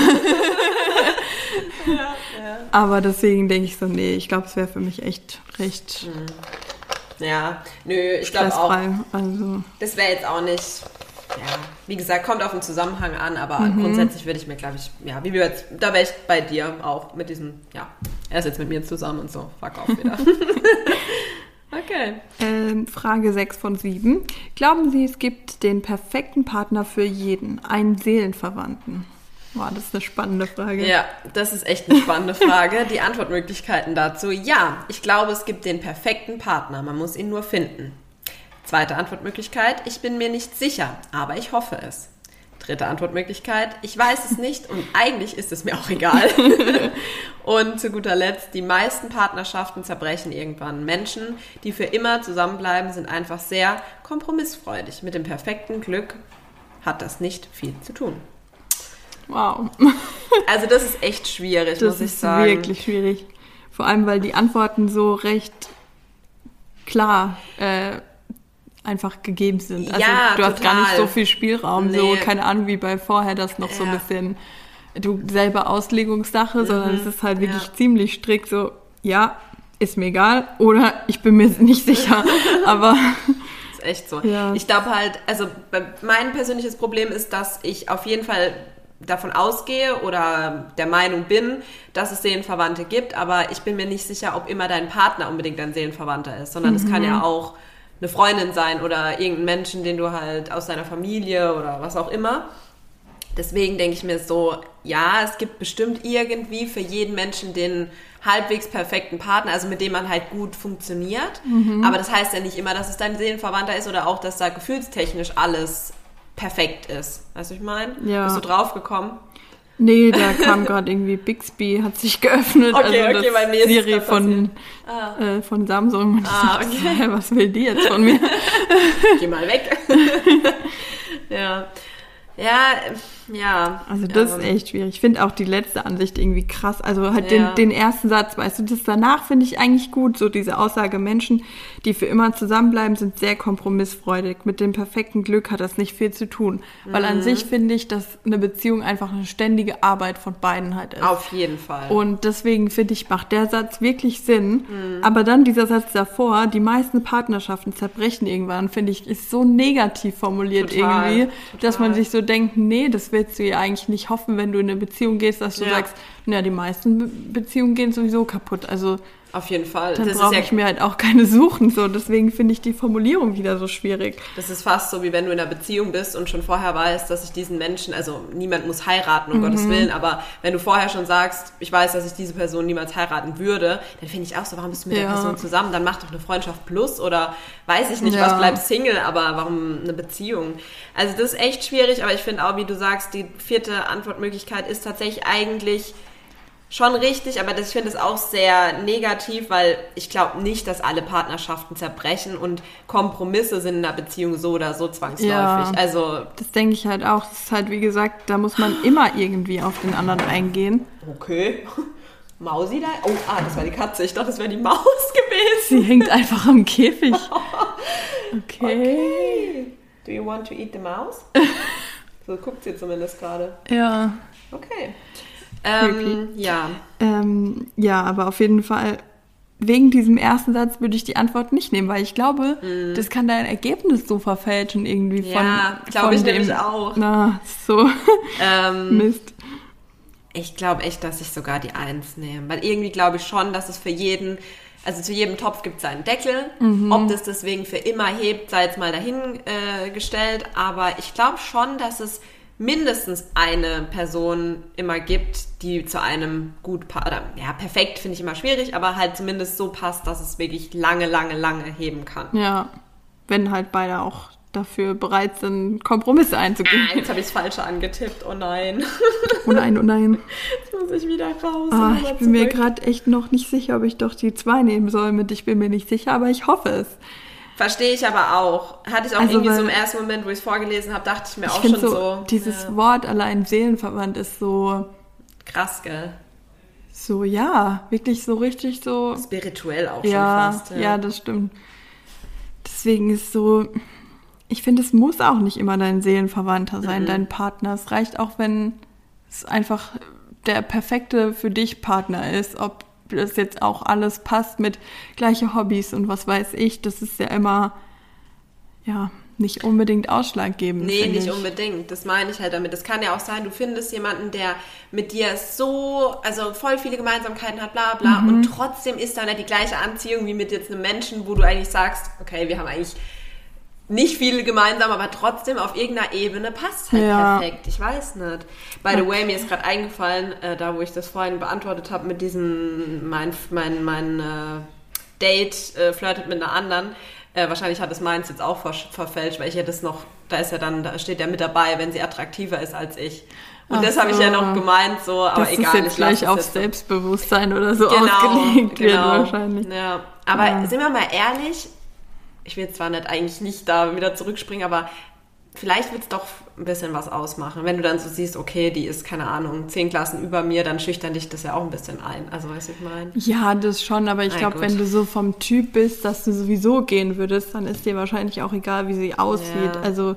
aber deswegen denke ich so, nee, ich glaube, es wäre für mich echt recht... Ja, nö, ich glaube auch, also. Das wäre jetzt auch nicht, wie gesagt, kommt auf den Zusammenhang an, aber grundsätzlich würde ich mir, glaube ich, da wäre ich bei dir auch mit diesem, er ist jetzt mit mir zusammen und so, fuck off wieder. Okay. Frage 6 von 7. Glauben Sie, es gibt den perfekten Partner für jeden, einen Seelenverwandten? Boah, das ist eine spannende Frage. Ja, das ist echt eine spannende Frage. Die Antwortmöglichkeiten dazu: Ja, ich glaube, es gibt den perfekten Partner. Man muss ihn nur finden. Zweite Antwortmöglichkeit: Ich bin mir nicht sicher, aber ich hoffe es. Dritte Antwortmöglichkeit: Ich weiß es nicht und eigentlich ist es mir auch egal. Und zu guter Letzt: Die meisten Partnerschaften zerbrechen irgendwann. Menschen, die für immer zusammenbleiben, sind einfach sehr kompromissfreudig. Mit dem perfekten Glück hat das nicht viel zu tun. Wow. Also das ist echt schwierig, muss ich sagen. Das ist wirklich schwierig. Vor allem, weil die Antworten so recht klar einfach gegeben sind. Also du hast gar nicht so viel Spielraum, so keine Ahnung, wie bei vorher das noch so ein bisschen du selber Auslegungssache, sondern es ist halt wirklich ziemlich strikt so, ist mir egal oder ich bin mir nicht sicher, aber... Das ist echt so. Ja. Ich glaube halt, also mein persönliches Problem ist, dass ich auf jeden Fall davon ausgehe oder der Meinung bin, dass es Seelenverwandte gibt, aber ich bin mir nicht sicher, ob immer dein Partner unbedingt dein Seelenverwandter ist, sondern es kann ja auch eine Freundin sein oder irgendein Menschen, den du halt aus deiner Familie oder was auch immer. Deswegen denke ich mir so, ja, es gibt bestimmt irgendwie für jeden Menschen den halbwegs perfekten Partner, also mit dem man halt gut funktioniert, aber das heißt ja nicht immer, dass es dein Seelenverwandter ist oder auch, dass da gefühlstechnisch alles perfekt ist. Weißt du, ich meine? Ja. Bist du drauf gekommen? Nee, da kam gerade irgendwie Bixby, hat sich geöffnet. Okay, also das bei mir ist Siri von Samsung. Und okay. Was will die jetzt von mir? Geh mal weg. Ja. Also das ist echt schwierig. Ich finde auch die letzte Ansicht irgendwie krass. Also halt den ersten Satz, weißt du, das danach finde ich eigentlich gut. So diese Aussage, Menschen, die für immer zusammenbleiben, sind sehr kompromissfreudig. Mit dem perfekten Glück hat das nicht viel zu tun. Weil an sich finde ich, dass eine Beziehung einfach eine ständige Arbeit von beiden halt ist. Auf jeden Fall. Und deswegen finde ich, macht der Satz wirklich Sinn. Aber dann dieser Satz davor, die meisten Partnerschaften zerbrechen irgendwann, finde ich, ist so negativ formuliert irgendwie, dass man sich so denkt, nee, das willst du ja eigentlich nicht hoffen, wenn du in eine Beziehung gehst, dass du sagst, die meisten Beziehungen gehen sowieso kaputt. Also Auf jeden Fall. Dann brauche ich mir halt auch keine suchen. So. Deswegen finde ich die Formulierung wieder so schwierig. Das ist fast so, wie wenn du in einer Beziehung bist und schon vorher weißt, dass ich diesen Menschen, also niemand muss heiraten, um Gottes Willen, aber wenn du vorher schon sagst, ich weiß, dass ich diese Person niemals heiraten würde, dann finde ich auch so, warum bist du mit der Person zusammen? Dann mach doch eine Freundschaft plus oder weiß ich nicht, was, bleib Single, aber warum eine Beziehung? Also das ist echt schwierig, aber ich finde auch, wie du sagst, die 4. Antwortmöglichkeit ist tatsächlich eigentlich schon richtig, aber ich finde es auch sehr negativ, weil ich glaube nicht, dass alle Partnerschaften zerbrechen und Kompromisse sind in einer Beziehung so oder so zwangsläufig. Ja, also das denke ich halt auch. Das ist halt, wie gesagt, da muss man immer irgendwie auf den anderen eingehen. Okay. Mausi da? Oh, das war die Katze. Ich dachte, das wäre die Maus gewesen. Sie hängt einfach am Käfig. Okay. Do you want to eat the mouse? So guckt sie zumindest gerade. Ja. Okay. Ja, aber auf jeden Fall, wegen diesem ersten Satz würde ich die Antwort nicht nehmen, weil ich glaube, das kann dein Ergebnis so verfälschen irgendwie von glaube ich dem, nämlich auch. Na, so Mist. Ich glaube echt, dass ich sogar die 1 nehme, weil irgendwie glaube ich schon, dass es für jeden, also zu jedem Topf gibt es einen Deckel. Ob das deswegen für immer hebt, sei jetzt mal dahingestellt, aber ich glaube schon, dass es mindestens eine Person immer gibt, die zu einem gut passt. Ja, perfekt finde ich immer schwierig, aber halt zumindest so passt, dass es wirklich lange, lange, lange heben kann. Ja, wenn halt beide auch dafür bereit sind, Kompromisse einzugehen. Jetzt habe ich das Falsche angetippt, oh nein. Oh nein, oh nein. Jetzt muss ich wieder raus. Ich bin mir gerade echt noch nicht sicher, ob ich doch die 2 nehmen soll mit ich bin mir nicht sicher, aber ich hoffe es. Verstehe ich aber auch. Hatte ich auch irgendwie so im ersten Moment, wo ich es vorgelesen habe, dachte ich mir auch schon so. Dieses Wort allein seelenverwandt ist so krass, gell? So, ja, wirklich so richtig so. Spirituell auch schon fast. Ja, das stimmt. Deswegen ist so, ich finde, es muss auch nicht immer dein Seelenverwandter sein, dein Partner. Es reicht auch, wenn es einfach der perfekte für dich Partner ist, ob das jetzt auch alles passt mit gleiche Hobbys und was weiß ich, das ist ja immer, nicht unbedingt ausschlaggebend. Nee, nicht unbedingt. Das meine ich halt damit. Es kann ja auch sein, du findest jemanden, der mit dir also voll viele Gemeinsamkeiten hat, bla bla, und trotzdem ist da nicht die gleiche Anziehung wie mit jetzt einem Menschen, wo du eigentlich sagst, okay, wir haben eigentlich nicht viel gemeinsam, aber trotzdem auf irgendeiner Ebene passt halt perfekt. Ich weiß nicht. By the way, mir ist gerade eingefallen, da wo ich das vorhin beantwortet habe mit diesem, mein Date flirtet mit einer anderen. Wahrscheinlich hat es meins jetzt auch verfälscht, weil ich ja das noch, da steht ja mit dabei, wenn sie attraktiver ist als ich. Und das habe ich ja noch gemeint, so, aber das egal. Das ist jetzt gleich auf Selbstbewusstsein oder so ausgelegt wird wahrscheinlich. Ja. Aber sind wir mal ehrlich, ich will zwar eigentlich nicht da wieder zurückspringen, aber vielleicht wird es doch ein bisschen was ausmachen. Wenn du dann so siehst, okay, die ist, keine Ahnung, 10 Klassen über mir, dann schüchtern dich das ja auch ein bisschen ein. Also, weißt du, ich meine? Ja, das schon, aber ich glaube, wenn du so vom Typ bist, dass du sowieso gehen würdest, dann ist dir wahrscheinlich auch egal, wie sie aussieht. Ja. Also,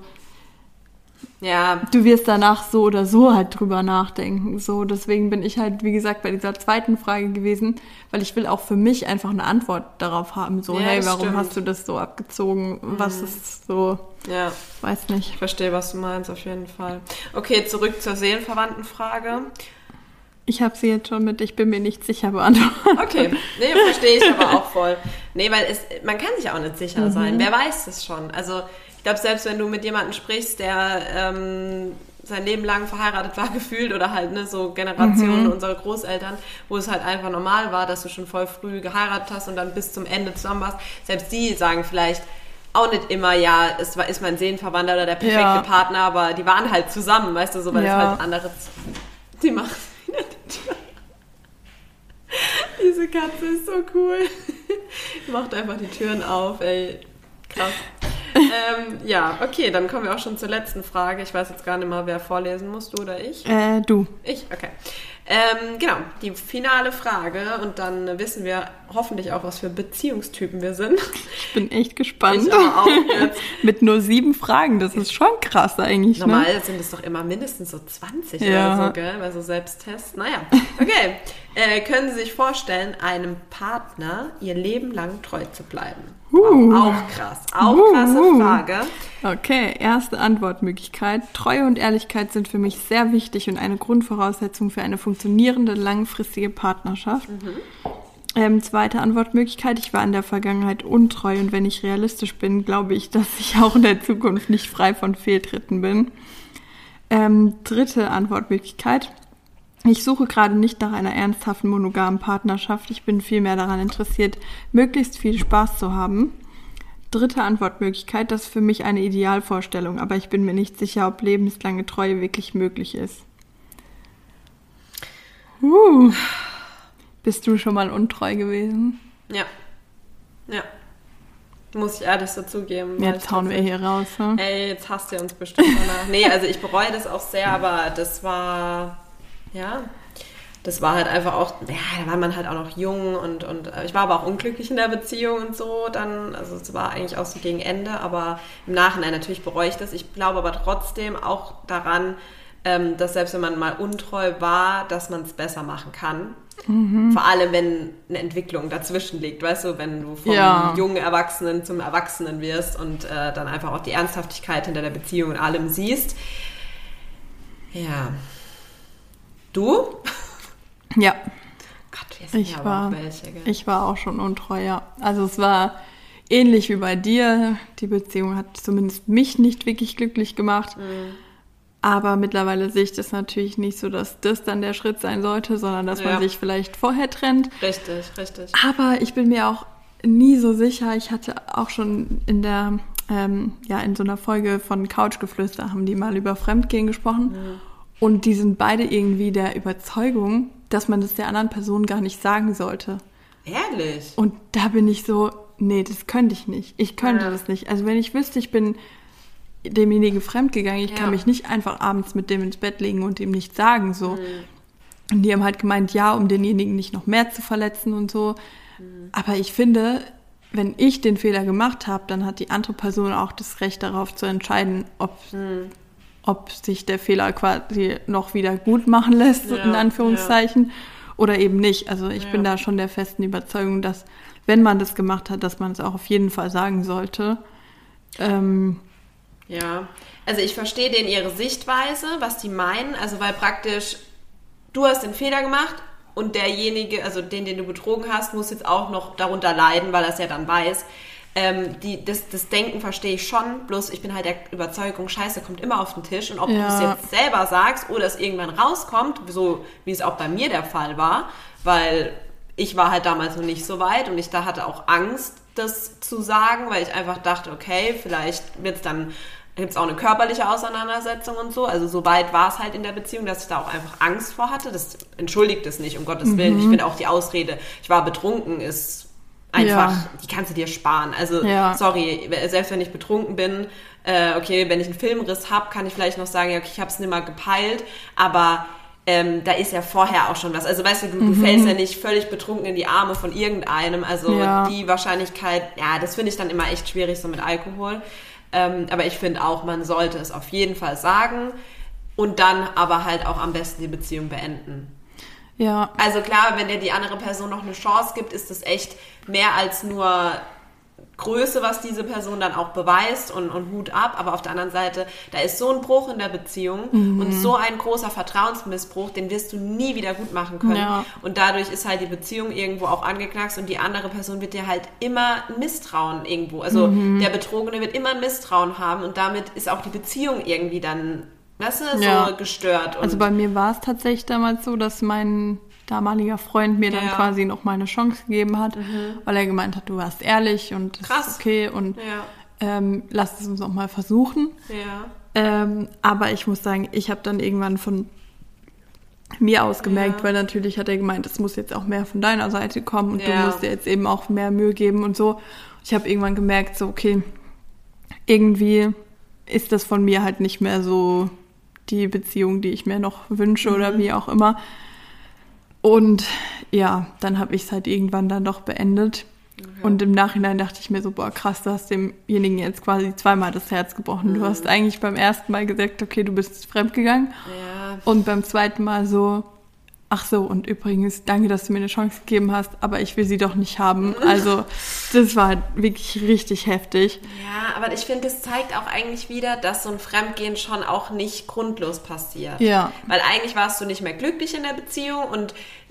du wirst danach so oder so halt drüber nachdenken. So, deswegen bin ich halt, wie gesagt, bei dieser 2. Frage gewesen, weil ich will auch für mich einfach eine Antwort darauf haben. So, hey, warum hast du das so abgezogen? Was ist so? Ja. Weiß nicht. Ich verstehe, was du meinst, auf jeden Fall. Okay, zurück zur Seelenverwandtenfrage. Ich habe sie jetzt schon mit ich bin mir nicht sicher beantwortet. Okay, nee, verstehe ich aber auch voll. Nee, weil man kann sich auch nicht sicher sein. Wer weiß das schon? Also, ich glaube, selbst wenn du mit jemandem sprichst, der sein Leben lang verheiratet war, gefühlt, oder halt so Generationen unserer Großeltern, wo es halt einfach normal war, dass du schon voll früh geheiratet hast und dann bis zum Ende zusammen warst, selbst die sagen vielleicht auch nicht immer, ist mein Seelenverwandter oder der perfekte Partner, aber die waren halt zusammen, weißt du, so, weil es halt andere... Die macht wieder die Tür. Diese Katze ist so cool. Macht einfach die Türen auf, ey. Krass. Okay, dann kommen wir auch schon zur letzten Frage. Ich weiß jetzt gar nicht mal, wer vorlesen muss, du oder ich? Du. Ich? Okay. Genau, die finale Frage, und dann wissen wir hoffentlich auch, was für Beziehungstypen wir sind. Ich bin echt gespannt. Ich aber auch jetzt. Mit nur 7 Fragen, das ist schon krass eigentlich. Normal sind es doch immer mindestens so 20 oder so, gell? Bei so Selbsttests. Naja, okay. Können Sie sich vorstellen, einem Partner ihr Leben lang treu zu bleiben? Auch krass. Auch krasse Frage. Okay, erste Antwortmöglichkeit. Treue und Ehrlichkeit sind für mich sehr wichtig und eine Grundvoraussetzung für eine funktionierende, langfristige Partnerschaft. Zweite Antwortmöglichkeit, ich war in der Vergangenheit untreu und wenn ich realistisch bin, glaube ich, dass ich auch in der Zukunft nicht frei von Fehltritten bin. Dritte Antwortmöglichkeit, ich suche gerade nicht nach einer ernsthaften monogamen Partnerschaft, ich bin vielmehr daran interessiert, möglichst viel Spaß zu haben. Dritte Antwortmöglichkeit, das ist für mich eine Idealvorstellung, aber ich bin mir nicht sicher, ob lebenslange Treue wirklich möglich ist. Bist du schon mal untreu gewesen? Ja. Muss ich ehrlich so zugeben. Jetzt hauen wir hier raus, ne? Ey, jetzt hasst ihr uns bestimmt danach. Nee, also ich bereue das auch sehr, aber das war halt einfach auch, da war man halt auch noch jung und ich war aber auch unglücklich in der Beziehung und so dann, also es war eigentlich auch so gegen Ende, aber im Nachhinein natürlich bereue ich das. Ich glaube aber trotzdem auch daran, dass selbst wenn man mal untreu war, dass man es besser machen kann. Vor allem, wenn eine Entwicklung dazwischen liegt, weißt du, wenn du vom jungen Erwachsenen zum Erwachsenen wirst und dann einfach auch die Ernsthaftigkeit hinter der Beziehung und allem siehst. Ja. Du? Ja. Gott, wir sind aber auch welche, gell? Ich war auch schon untreu, ja. Also es war ähnlich wie bei dir. Die Beziehung hat zumindest mich nicht wirklich glücklich gemacht. Aber mittlerweile sehe ich das natürlich nicht so, dass das dann der Schritt sein sollte, sondern dass man sich vielleicht vorher trennt. Richtig. Aber ich bin mir auch nie so sicher. Ich hatte auch schon in der, in so einer Folge von Couchgeflüster haben die mal über Fremdgehen gesprochen. Und die sind beide irgendwie der Überzeugung, dass man das der anderen Person gar nicht sagen sollte. Ehrlich? Und da bin ich so, nee, das könnte ich nicht. Ich könnte das nicht. Also wenn ich wüsste, ich bin demjenigen fremdgegangen, ich kann mich nicht einfach abends mit dem ins Bett legen und ihm nichts sagen, so. Und die haben halt gemeint, ja, um denjenigen nicht noch mehr zu verletzen und so. Aber ich finde, wenn ich den Fehler gemacht habe, dann hat die andere Person auch das Recht darauf zu entscheiden, ob sich der Fehler quasi noch wieder gut machen lässt, in Anführungszeichen, oder eben nicht. Also ich bin da schon der festen Überzeugung, dass, wenn man das gemacht hat, dass man es auch auf jeden Fall sagen sollte. Ja, also ich verstehe denen ihre Sichtweise, was die meinen, also weil praktisch du hast den Fehler gemacht und derjenige, also den du betrogen hast, muss jetzt auch noch darunter leiden, weil er es ja dann weiß. Das Denken verstehe ich schon, bloß ich bin halt der Überzeugung, Scheiße kommt immer auf den Tisch und ob du es jetzt selber sagst oder es irgendwann rauskommt, so wie es auch bei mir der Fall war, weil ich war halt damals noch nicht so weit und ich da hatte auch Angst, das zu sagen, weil ich einfach dachte, okay, vielleicht wird's dann, gibt's auch eine körperliche Auseinandersetzung und so, also so weit war es halt in der Beziehung, dass ich da auch einfach Angst vor hatte, das entschuldigt es nicht, um Gottes Willen, ich finde auch die Ausrede, ich war betrunken, ist einfach, die kannst du dir sparen. Also, sorry, selbst wenn ich betrunken bin, okay, wenn ich einen Filmriss habe, kann ich vielleicht noch sagen, ja, okay, ich habe es nicht mal gepeilt, aber da ist ja vorher auch schon was. Also, weißt du fällst ja nicht völlig betrunken in die Arme von irgendeinem. Also, die Wahrscheinlichkeit, das finde ich dann immer echt schwierig, so mit Alkohol. Aber ich finde auch, man sollte es auf jeden Fall sagen und dann aber halt auch am besten die Beziehung beenden. Ja. Also klar, wenn dir die andere Person noch eine Chance gibt, ist das echt mehr als nur Größe, was diese Person dann auch beweist und Hut ab. Aber auf der anderen Seite, da ist so ein Bruch in der Beziehung und so ein großer Vertrauensmissbrauch, den wirst du nie wieder gut machen können. Ja. Und dadurch ist halt die Beziehung irgendwo auch angeknackst und die andere Person wird dir halt immer misstrauen irgendwo. Also der Betrogene wird immer ein Misstrauen haben und damit ist auch die Beziehung irgendwie dann, weißt du, so gestört. Und also bei mir war es tatsächlich damals so, dass mein damaliger Freund mir dann quasi noch mal eine Chance gegeben hat, weil er gemeint hat, du warst ehrlich und das ist okay und lass es uns auch mal versuchen. Ja. Aber ich muss sagen, ich habe dann irgendwann von mir aus gemerkt, weil natürlich hat er gemeint, es muss jetzt auch mehr von deiner Seite kommen und du musst dir jetzt eben auch mehr Mühe geben und so. Ich habe irgendwann gemerkt, so okay, irgendwie ist das von mir halt nicht mehr so die Beziehung, die ich mir noch wünsche oder wie auch immer. Und ja, dann habe ich es halt irgendwann dann doch beendet. Okay. Und im Nachhinein dachte ich mir so, boah, krass, du hast demjenigen jetzt quasi zweimal das Herz gebrochen. Du hast eigentlich beim ersten Mal gesagt, okay, du bist fremdgegangen. Ja. Und beim zweiten Mal so, ach so, und übrigens, danke, dass du mir eine Chance gegeben hast, aber ich will sie doch nicht haben. Also das war wirklich richtig heftig. Ja, aber ich finde, das zeigt auch eigentlich wieder, dass so ein Fremdgehen schon auch nicht grundlos passiert. Ja. Weil eigentlich warst du nicht mehr glücklich in der Beziehung und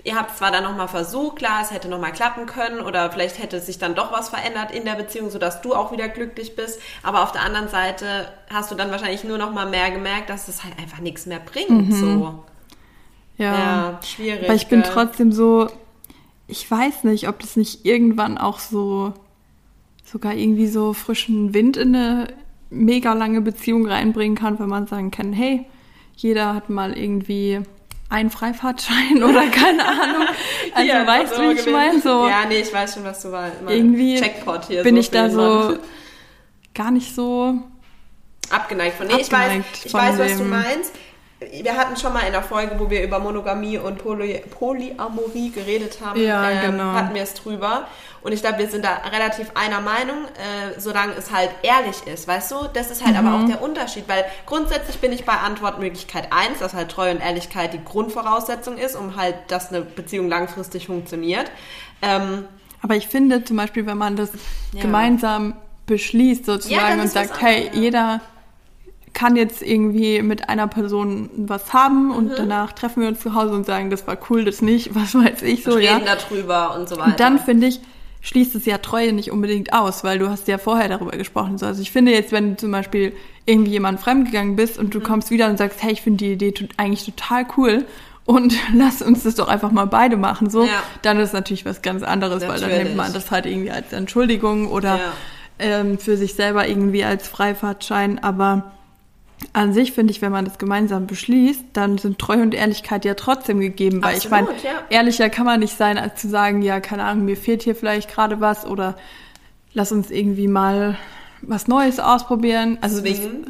ihr habt zwar dann nochmal versucht, klar, es hätte nochmal klappen können oder vielleicht hätte sich dann doch was verändert in der Beziehung, sodass du auch wieder glücklich bist, aber auf der anderen Seite hast du dann wahrscheinlich nur nochmal mehr gemerkt, dass es halt einfach nichts mehr bringt, so. Ja, schwierig. Aber ich bin trotzdem so, ich weiß nicht, ob das nicht irgendwann auch so, sogar irgendwie so frischen Wind in eine mega lange Beziehung reinbringen kann, wenn man sagen kann, hey, jeder hat mal irgendwie einen Freifahrtschein oder keine Ahnung. Also ja, weißt du, wie ich meine? So, ja, nee, ich weiß schon, was du meinst. Irgendwie Checkpot hier bin so ich da so gar nicht so abgeneigt von. Nee, ich weiß, was du meinst. Wir hatten schon mal in der Folge, wo wir über Monogamie und Polyamorie geredet haben, genau. hatten wir es drüber. Und ich glaube, wir sind da relativ einer Meinung, solange es halt ehrlich ist, weißt du? Das ist halt aber auch der Unterschied, weil grundsätzlich bin ich bei Antwortmöglichkeit 1, dass halt Treue und Ehrlichkeit die Grundvoraussetzung ist, um halt, dass eine Beziehung langfristig funktioniert. Aber ich finde zum Beispiel, wenn man das gemeinsam beschließt sozusagen und sagt, hey, jeder kann jetzt irgendwie mit einer Person was haben und danach treffen wir uns zu Hause und sagen, das war cool, das nicht, was weiß ich so, reden darüber und so weiter. Und dann finde ich, schließt es ja Treue nicht unbedingt aus, weil du hast ja vorher darüber gesprochen. Also ich finde jetzt, wenn du zum Beispiel irgendwie jemand fremdgegangen bist und du kommst wieder und sagst, hey, ich finde die Idee eigentlich total cool und lass uns das doch einfach mal beide machen, so, dann ist natürlich was ganz anderes, weil dann nimmt man das halt irgendwie als Entschuldigung oder für sich selber irgendwie als Freifahrtschein, aber an sich finde ich, wenn man das gemeinsam beschließt, dann sind Treue und Ehrlichkeit ja trotzdem gegeben, weil absolut, ich meine, ehrlicher kann man nicht sein, als zu sagen, ja, keine Ahnung, mir fehlt hier vielleicht gerade was oder lass uns irgendwie mal was Neues ausprobieren. Also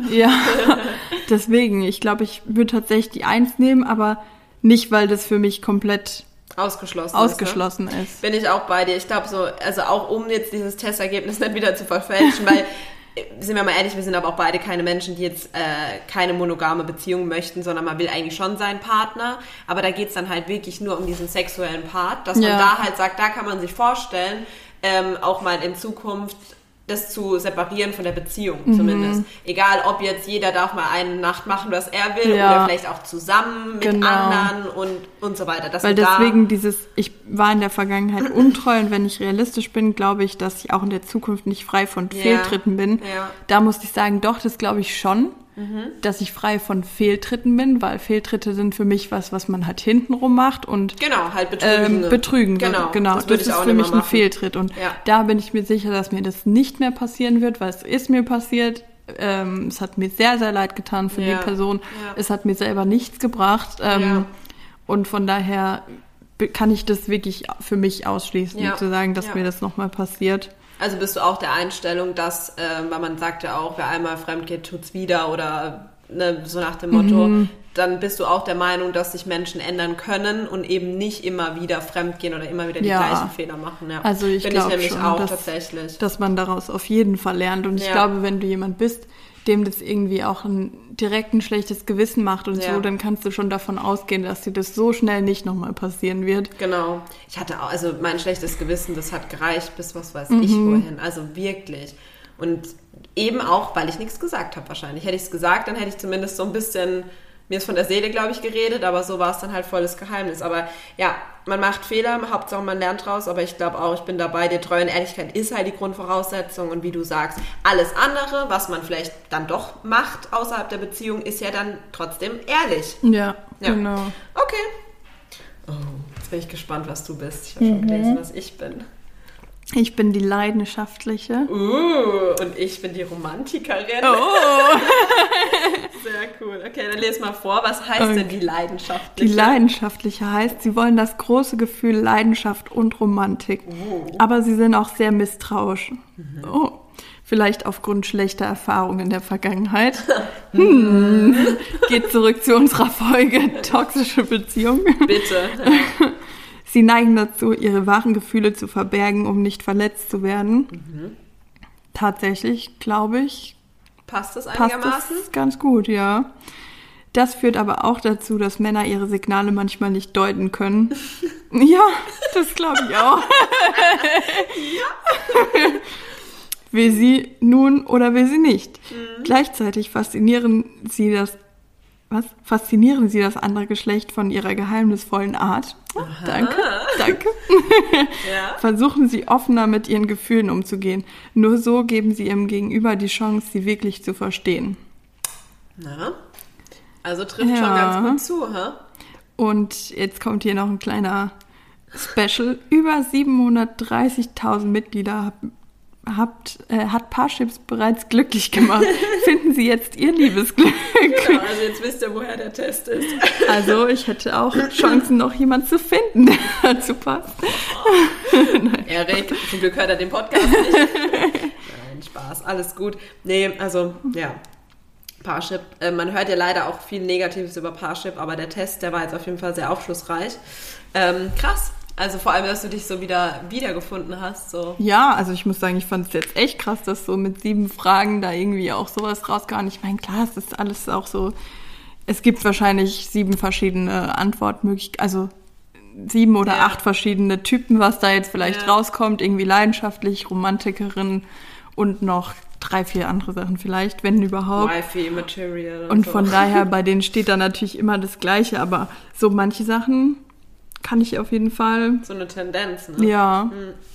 deswegen, ich glaube, ich würde tatsächlich die 1 nehmen, aber nicht, weil das für mich komplett ausgeschlossen ist. Bin ich auch bei dir. Ich glaube so, also auch um jetzt dieses Testergebnis nicht wieder zu verfälschen, weil sind wir mal ehrlich, wir sind aber auch beide keine Menschen, die jetzt keine monogame Beziehung möchten, sondern man will eigentlich schon seinen Partner. Aber da geht's dann halt wirklich nur um diesen sexuellen Part, dass man da halt sagt, da kann man sich vorstellen, auch mal in Zukunft das zu separieren von der Beziehung zumindest. Egal, ob jetzt jeder darf mal eine Nacht machen, was er will oder vielleicht auch zusammen mit anderen und so weiter. Weil deswegen ich war in der Vergangenheit untreu und wenn ich realistisch bin, glaube ich, dass ich auch in der Zukunft nicht frei von Fehltritten bin. Ja. Da musste ich sagen, doch, das glaube ich schon, dass ich frei von Fehltritten bin, weil Fehltritte sind für mich was man halt hintenrum macht und halt betrügen. Genau. Das ist für mich ein Fehltritt und da bin ich mir sicher, dass mir das nicht mehr passieren wird, weil es ist mir passiert. Es hat mir sehr, sehr leid getan für die Person. Ja. Es hat mir selber nichts gebracht und von daher kann ich das wirklich für mich ausschließen, zu sagen, dass mir das nochmal passiert. Also bist du auch der Einstellung, dass, weil man sagt ja auch, wer einmal fremd geht, tut's wieder oder so nach dem Motto, dann bist du auch der Meinung, dass sich Menschen ändern können und eben nicht immer wieder fremd gehen oder immer wieder die gleichen Fehler machen. Ja. Also ich glaube schon, auch tatsächlich, dass man daraus auf jeden Fall lernt und ich glaube, wenn du jemand bist, dem das irgendwie auch direkt ein schlechtes Gewissen macht und so, dann kannst du schon davon ausgehen, dass dir das so schnell nicht nochmal passieren wird. Genau. Ich hatte auch, also mein schlechtes Gewissen, das hat gereicht bis was weiß ich wohin. Also wirklich. Und eben auch, weil ich nichts gesagt habe wahrscheinlich. Hätte ich es gesagt, dann hätte ich zumindest so ein bisschen, mir ist von der Seele, glaube ich, geredet, aber so war es dann halt volles Geheimnis. Aber ja, man macht Fehler, Hauptsache man lernt draus, aber ich glaube auch, ich bin dabei, die Treue und Ehrlichkeit ist halt die Grundvoraussetzung und wie du sagst, alles andere, was man vielleicht dann doch macht außerhalb der Beziehung, ist ja dann trotzdem ehrlich. Ja. Genau. Okay. Oh, jetzt bin ich gespannt, was du bist. Ich habe schon gelesen, was ich bin. Ich bin die Leidenschaftliche. Und ich bin die Romantikerin. Oh. Sehr cool. Okay, dann lese mal vor. Was heißt denn die Leidenschaftliche? Die Leidenschaftliche heißt, sie wollen das große Gefühl Leidenschaft und Romantik. Aber sie sind auch sehr misstrauisch. Vielleicht aufgrund schlechter Erfahrungen in der Vergangenheit. Geht zurück zu unserer Folge Toxische Beziehung. Bitte. Sie neigen dazu, ihre wahren Gefühle zu verbergen, um nicht verletzt zu werden. Tatsächlich, glaube ich, passt das einigermaßen? Passt das ganz gut, ja. Das führt aber auch dazu, dass Männer ihre Signale manchmal nicht deuten können. Ja, das glaube ich auch. Will sie nun oder will sie nicht. Gleichzeitig faszinieren sie das Faszinieren Sie das andere Geschlecht von ihrer geheimnisvollen Art? Oh, danke. Ja. Versuchen Sie offener mit Ihren Gefühlen umzugehen. Nur so geben Sie Ihrem Gegenüber die Chance, Sie wirklich zu verstehen. Na, also trifft schon ganz gut zu, hä? Und jetzt kommt hier noch ein kleiner Special. Über 730.000 Mitglieder hat Parships bereits glücklich gemacht. Finden Sie jetzt Ihr Liebesglück. Genau, also jetzt wisst ihr, woher der Test ist. Also ich hätte auch Chancen, noch jemanden zu finden, der dazu passt. Erik, zum Glück hört er den Podcast nicht. Nein, Spaß, alles gut. Nee, also, ja. Parship. Man hört ja leider auch viel Negatives über Parship, aber der Test, der war jetzt auf jeden Fall sehr aufschlussreich. Krass. Also vor allem, dass du dich so wiedergefunden hast. So. Ja, also ich muss sagen, ich fand es jetzt echt krass, dass so mit 7 Fragen da irgendwie auch sowas rauskam. Ich meine, klar, es ist alles auch so, es gibt wahrscheinlich 7 verschiedene Antwortmöglichkeiten, also 7 oder 8 verschiedene Typen, was da jetzt vielleicht rauskommt. Irgendwie leidenschaftlich, Romantikerin und noch 3, 4 andere Sachen vielleicht, wenn überhaupt. Wi-Fi, Material. Und von daher, bei denen steht da natürlich immer das Gleiche, aber so manche Sachen kann ich auf jeden Fall. So eine Tendenz, ne? Ja.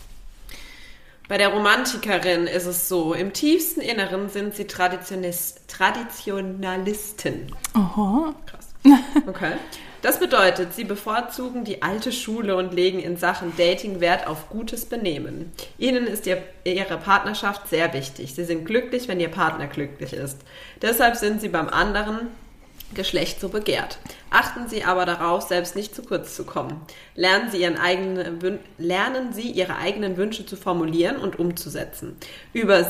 Bei der Romantikerin ist es so, im tiefsten Inneren sind sie Traditionalisten. Aha. Krass. Okay. Das bedeutet, sie bevorzugen die alte Schule und legen in Sachen Dating Wert auf gutes Benehmen. Ihnen ist ihre Partnerschaft sehr wichtig. Sie sind glücklich, wenn ihr Partner glücklich ist. Deshalb sind sie beim anderen Geschlecht so begehrt. Achten Sie aber darauf, selbst nicht zu kurz zu kommen. Lernen Sie ihre eigenen Wünsche zu formulieren und umzusetzen. Üben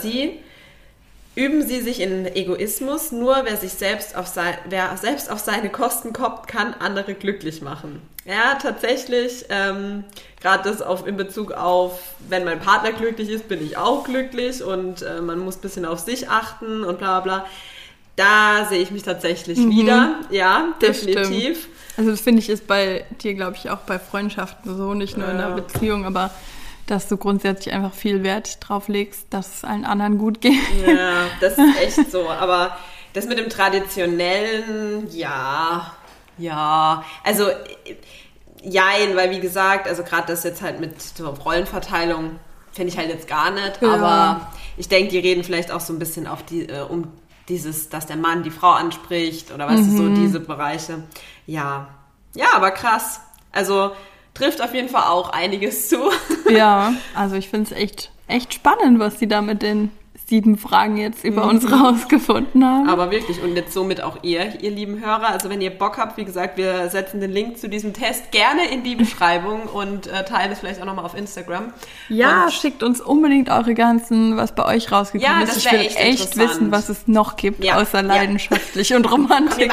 Sie sich in Egoismus. Nur wer selbst auf seine Kosten kommt, kann andere glücklich machen. Ja, tatsächlich, gerade das in Bezug auf, wenn mein Partner glücklich ist, bin ich auch glücklich und man muss ein bisschen auf sich achten und bla bla. Da sehe ich mich tatsächlich wieder. Ja, definitiv. Stimmt. Also das finde ich ist bei dir, glaube ich, auch bei Freundschaften so, nicht nur in der Beziehung, aber dass du grundsätzlich einfach viel Wert drauf legst, dass es allen anderen gut geht. Ja, das ist echt so. Aber das mit dem Traditionellen, ja. Also, jein, weil wie gesagt, also gerade das jetzt halt mit so Rollenverteilung finde ich halt jetzt gar nicht. Ja. Aber ich denke, die reden vielleicht auch so ein bisschen auf um dieses, dass der Mann die Frau anspricht oder weißt du, so diese Bereiche. Ja, aber krass. Also trifft auf jeden Fall auch einiges zu. Ja, also ich finde es echt spannend, was die da mit den 7 Fragen jetzt über uns rausgefunden haben. Aber wirklich, und jetzt somit auch ihr lieben Hörer. Also wenn ihr Bock habt, wie gesagt, wir setzen den Link zu diesem Test gerne in die Beschreibung und teilen es vielleicht auch nochmal auf Instagram. Ja, und schickt uns unbedingt eure ganzen, was bei euch rausgekommen ist. Ich will echt wissen, was es noch gibt, außer leidenschaftlich und Romantik.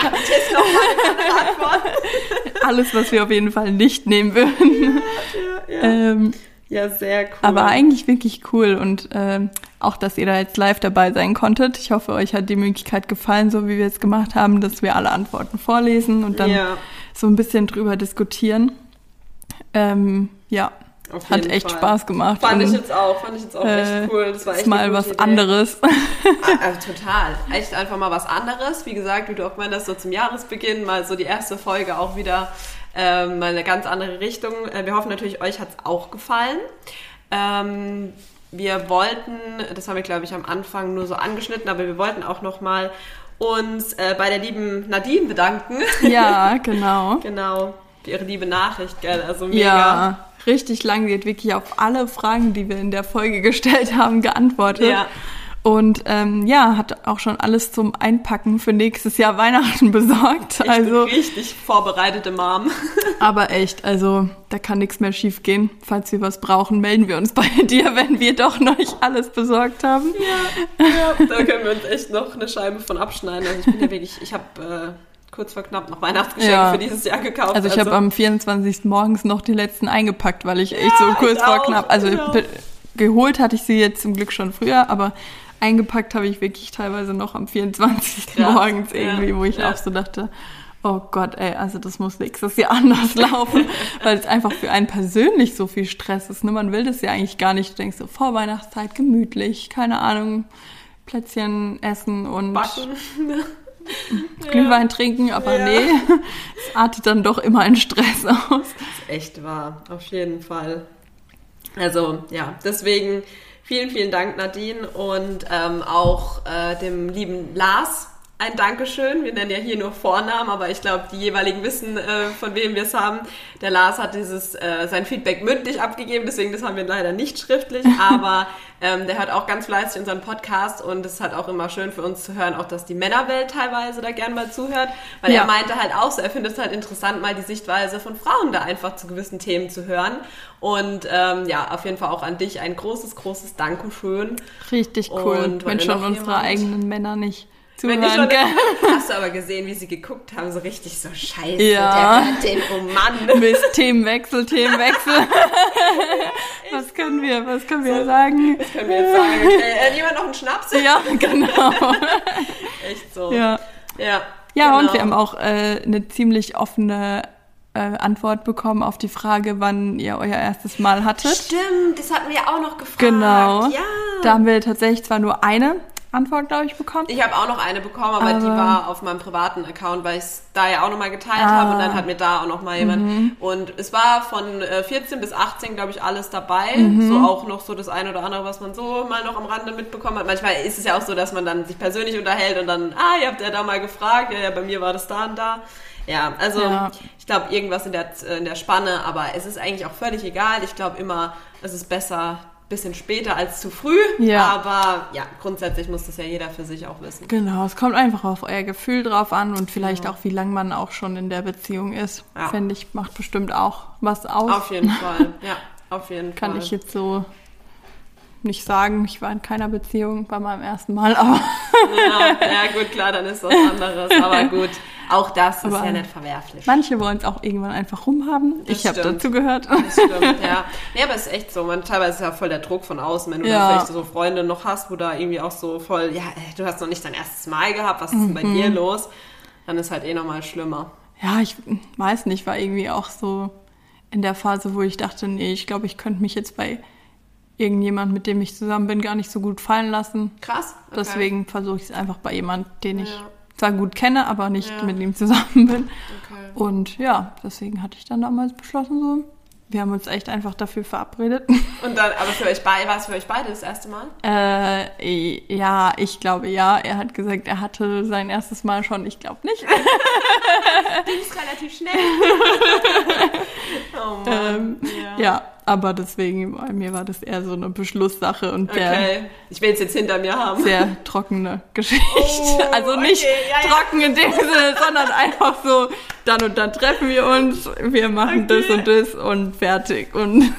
Alles, was wir auf jeden Fall nicht nehmen würden. Ja, sehr cool. Aber eigentlich wirklich cool und auch, dass ihr da jetzt live dabei sein konntet. Ich hoffe, euch hat die Möglichkeit gefallen, so wie wir es gemacht haben, dass wir alle Antworten vorlesen und dann so ein bisschen drüber diskutieren. Hat echt Spaß gemacht. Fand ich jetzt auch echt cool. Das war echt mal was Idee. Anderes. Also total. Echt einfach mal was anderes. Wie gesagt, wie du auch meinst, so zum Jahresbeginn mal so die erste Folge auch wieder mal eine ganz andere Richtung. Wir hoffen natürlich, euch hat es auch gefallen. Wir wollten, das haben wir glaube ich am Anfang nur so angeschnitten, aber wir wollten auch nochmal uns bei der lieben Nadine bedanken. Ja, genau. Genau, für ihre liebe Nachricht, gell? Also mega. Ja, richtig lang. Sie hat wirklich auf alle Fragen, die wir in der Folge gestellt haben, geantwortet. Ja. Und hat auch schon alles zum Einpacken für nächstes Jahr Weihnachten besorgt. Ich bin richtig vorbereitete Mom. Aber echt, also da kann nichts mehr schief gehen. Falls wir was brauchen, melden wir uns bei dir, wenn wir doch noch nicht alles besorgt haben. Ja, da können wir uns echt noch eine Scheibe von abschneiden. Also ich habe kurz vor knapp noch Weihnachtsgeschenke für dieses Jahr gekauft. Also ich habe am 24. morgens noch die letzten eingepackt, weil ich echt so kurz vor knapp, also geholt hatte ich sie jetzt zum Glück schon früher, aber eingepackt habe ich wirklich teilweise noch am 24. morgens irgendwie, wo ich auch so dachte, oh Gott, ey, also das muss nächstes Jahr anders laufen, weil es einfach für einen persönlich so viel Stress ist. Ne? Man will das ja eigentlich gar nicht. Du denkst so, Vorweihnachtszeit, gemütlich, keine Ahnung, Plätzchen essen und backen. Glühwein trinken, aber nee, es artet dann doch immer in Stress aus. Das ist echt wahr, auf jeden Fall. Also ja, deswegen vielen, vielen Dank, Nadine, und auch dem lieben Lars ein Dankeschön. Wir nennen ja hier nur Vornamen, aber ich glaube, die jeweiligen wissen, von wem wir es haben. Der Lars hat sein Feedback mündlich abgegeben, deswegen das haben wir leider nicht schriftlich, aber der hört auch ganz fleißig unseren Podcast und es ist halt auch immer schön für uns zu hören, auch dass die Männerwelt teilweise da gern mal zuhört, weil er meinte halt auch so, er findet es halt interessant, mal die Sichtweise von Frauen da einfach zu gewissen Themen zu hören. Und auf jeden Fall auch an dich ein großes, großes Dankeschön. Richtig cool, und wenn schon unsere eigenen Männer nicht zuhören. Hast du aber gesehen, wie sie geguckt haben, so richtig so scheiße, der hört den, oh Mann. Mist, Themenwechsel. Was können wir sagen? Was können wir jetzt sagen? Jemand noch einen Schnaps? Ja, genau. Echt so. Ja, genau. Und wir haben auch eine ziemlich offene Antwort bekommen auf die Frage, wann ihr euer erstes Mal hattet. Stimmt, das hatten wir auch noch gefragt. Genau. Ja. Da haben wir tatsächlich zwar nur eine Antwort, glaube ich, bekommen. Ich habe auch noch eine bekommen, aber die war auf meinem privaten Account, weil ich es da ja auch nochmal geteilt habe und dann hat mir da auch nochmal jemand. Und es war von 14 bis 18, glaube ich, alles dabei. So auch noch so das eine oder andere, was man so mal noch am Rande mitbekommen hat. Manchmal ist es ja auch so, dass man dann sich persönlich unterhält und dann, ihr habt ja da mal gefragt, ja, bei mir war das da und da. Ja, also ich glaube, irgendwas in der Spanne, aber es ist eigentlich auch völlig egal. Ich glaube immer, es ist besser bisschen später als zu früh, aber ja, grundsätzlich muss das ja jeder für sich auch wissen. Genau, es kommt einfach auf euer Gefühl drauf an und vielleicht auch, wie lange man auch schon in der Beziehung ist. Finde ich, macht bestimmt auch was aus. Auf jeden Fall, ja, auf jeden Fall. Kann ich jetzt so nicht sagen, ich war in keiner Beziehung bei meinem ersten Mal, aber... ja, gut, klar, dann ist was anderes, aber gut, auch das ist ja nicht verwerflich. Manche wollen es auch irgendwann einfach rumhaben. Ich habe dazu gehört. Das stimmt, ja. Nee, aber es ist echt so, teilweise ist ja voll der Druck von außen, wenn du dann vielleicht so Freunde noch hast, wo da irgendwie auch so voll, du hast noch nicht dein erstes Mal gehabt, was ist denn bei dir los? Dann ist halt nochmal schlimmer. Ja, ich weiß nicht, war irgendwie auch so in der Phase, wo ich dachte, nee, ich glaube, ich könnte mich jetzt bei irgendjemand, mit dem ich zusammen bin, gar nicht so gut fallen lassen. Krass. Okay. Deswegen versuche ich es einfach bei jemandem, den ich zwar gut kenne, aber nicht mit ihm zusammen bin. Okay. Und deswegen hatte ich dann damals beschlossen, so, wir haben uns echt einfach dafür verabredet. Und dann, aber war es für euch beide das erste Mal? Ja, ich glaube ja. Er hat gesagt, er hatte sein erstes Mal schon, ich glaube nicht. Ging es relativ schnell. Oh Mann. Aber deswegen, bei mir war das eher so eine Beschlusssache und ich will es jetzt hinter mir haben. Sehr trockene Geschichte. Also nicht trocken in dem Sinne, sondern einfach so, dann und dann treffen wir uns, wir machen das und das und fertig. Und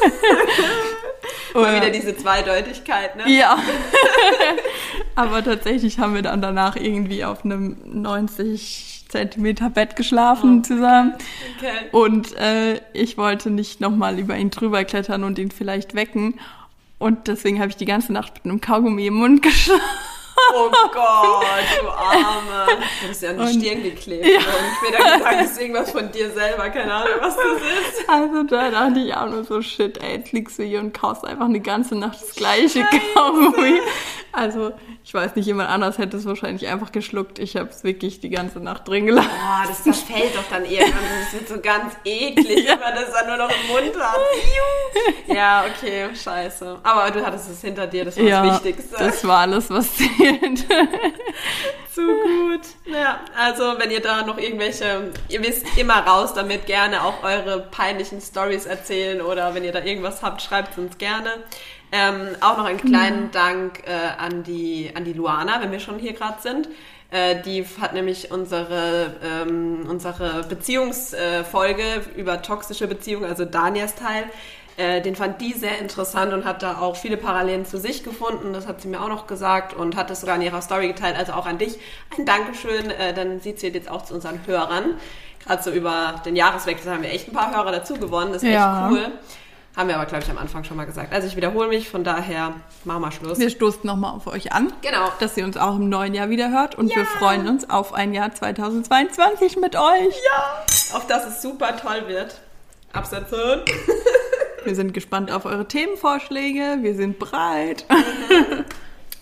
mal wieder diese Zweideutigkeit, ne? Ja. Aber tatsächlich haben wir dann danach irgendwie auf einem 90 Zentimeter Bett geschlafen zusammen. Okay. Und ich wollte nicht nochmal über ihn drüber klettern und ihn vielleicht wecken. Und deswegen habe ich die ganze Nacht mit einem Kaugummi im Mund geschlafen. Oh Gott, du Arme. Du bist ja an die Stirn geklebt. Ja. Und später gesagt, das ist irgendwas von dir selber. Keine Ahnung, was das ist. Also da dachte ich auch nur so, shit, ey, jetzt liegst du hier und kaust einfach eine ganze Nacht das gleiche Kaugummi. Also ich weiß nicht, jemand anders hätte es wahrscheinlich einfach geschluckt. Ich habe es wirklich die ganze Nacht drin gelassen. Boah, das zerfällt doch dann irgendwann. Das wird so ganz eklig, wenn man das dann nur noch im Mund hat. Ja, okay, scheiße. Aber du hattest es hinter dir, das war das Wichtigste. Das war alles, was zählt. Zu gut. Ja, also wenn ihr da noch ihr wisst immer raus damit, gerne auch eure peinlichen Stories erzählen oder wenn ihr da irgendwas habt, schreibt es uns gerne. Auch noch einen kleinen Dank an die Luana, wenn wir schon hier gerade sind. Die hat nämlich unsere Beziehungsfolge über toxische Beziehungen, also Danias Teil, den fand die sehr interessant und hat da auch viele Parallelen zu sich gefunden. Das hat sie mir auch noch gesagt und hat es sogar in ihrer Story geteilt. Also auch an dich ein Dankeschön. Dann sie zählt jetzt auch zu unseren Hörern. Gerade so über den Jahreswechsel haben wir echt ein paar Hörer dazu gewonnen. Das ist echt cool. Haben wir aber, glaube ich, am Anfang schon mal gesagt. Also ich wiederhole mich, von daher machen wir Schluss. Wir stoßen nochmal auf euch an, dass ihr uns auch im neuen Jahr wieder hört. Und wir freuen uns auf ein Jahr 2022 mit euch. Ja, auf das es super toll wird. Absetzen. Wir sind gespannt auf eure Themenvorschläge. Wir sind bereit.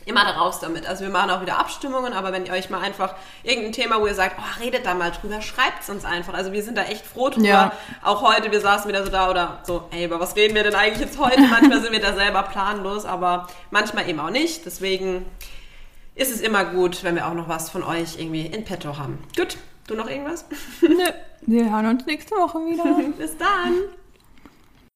immer da raus damit. Also wir machen auch wieder Abstimmungen, aber wenn ihr euch mal einfach irgendein Thema, wo ihr sagt, redet da mal drüber, schreibt es uns einfach. Also wir sind da echt froh drüber. Ja. Auch heute, wir saßen wieder so da oder so, über was reden wir denn eigentlich jetzt heute? Manchmal sind wir da selber planlos, aber manchmal eben auch nicht. Deswegen ist es immer gut, wenn wir auch noch was von euch irgendwie in petto haben. Gut, du noch irgendwas? Nö, wir hören uns nächste Woche wieder. Bis dann.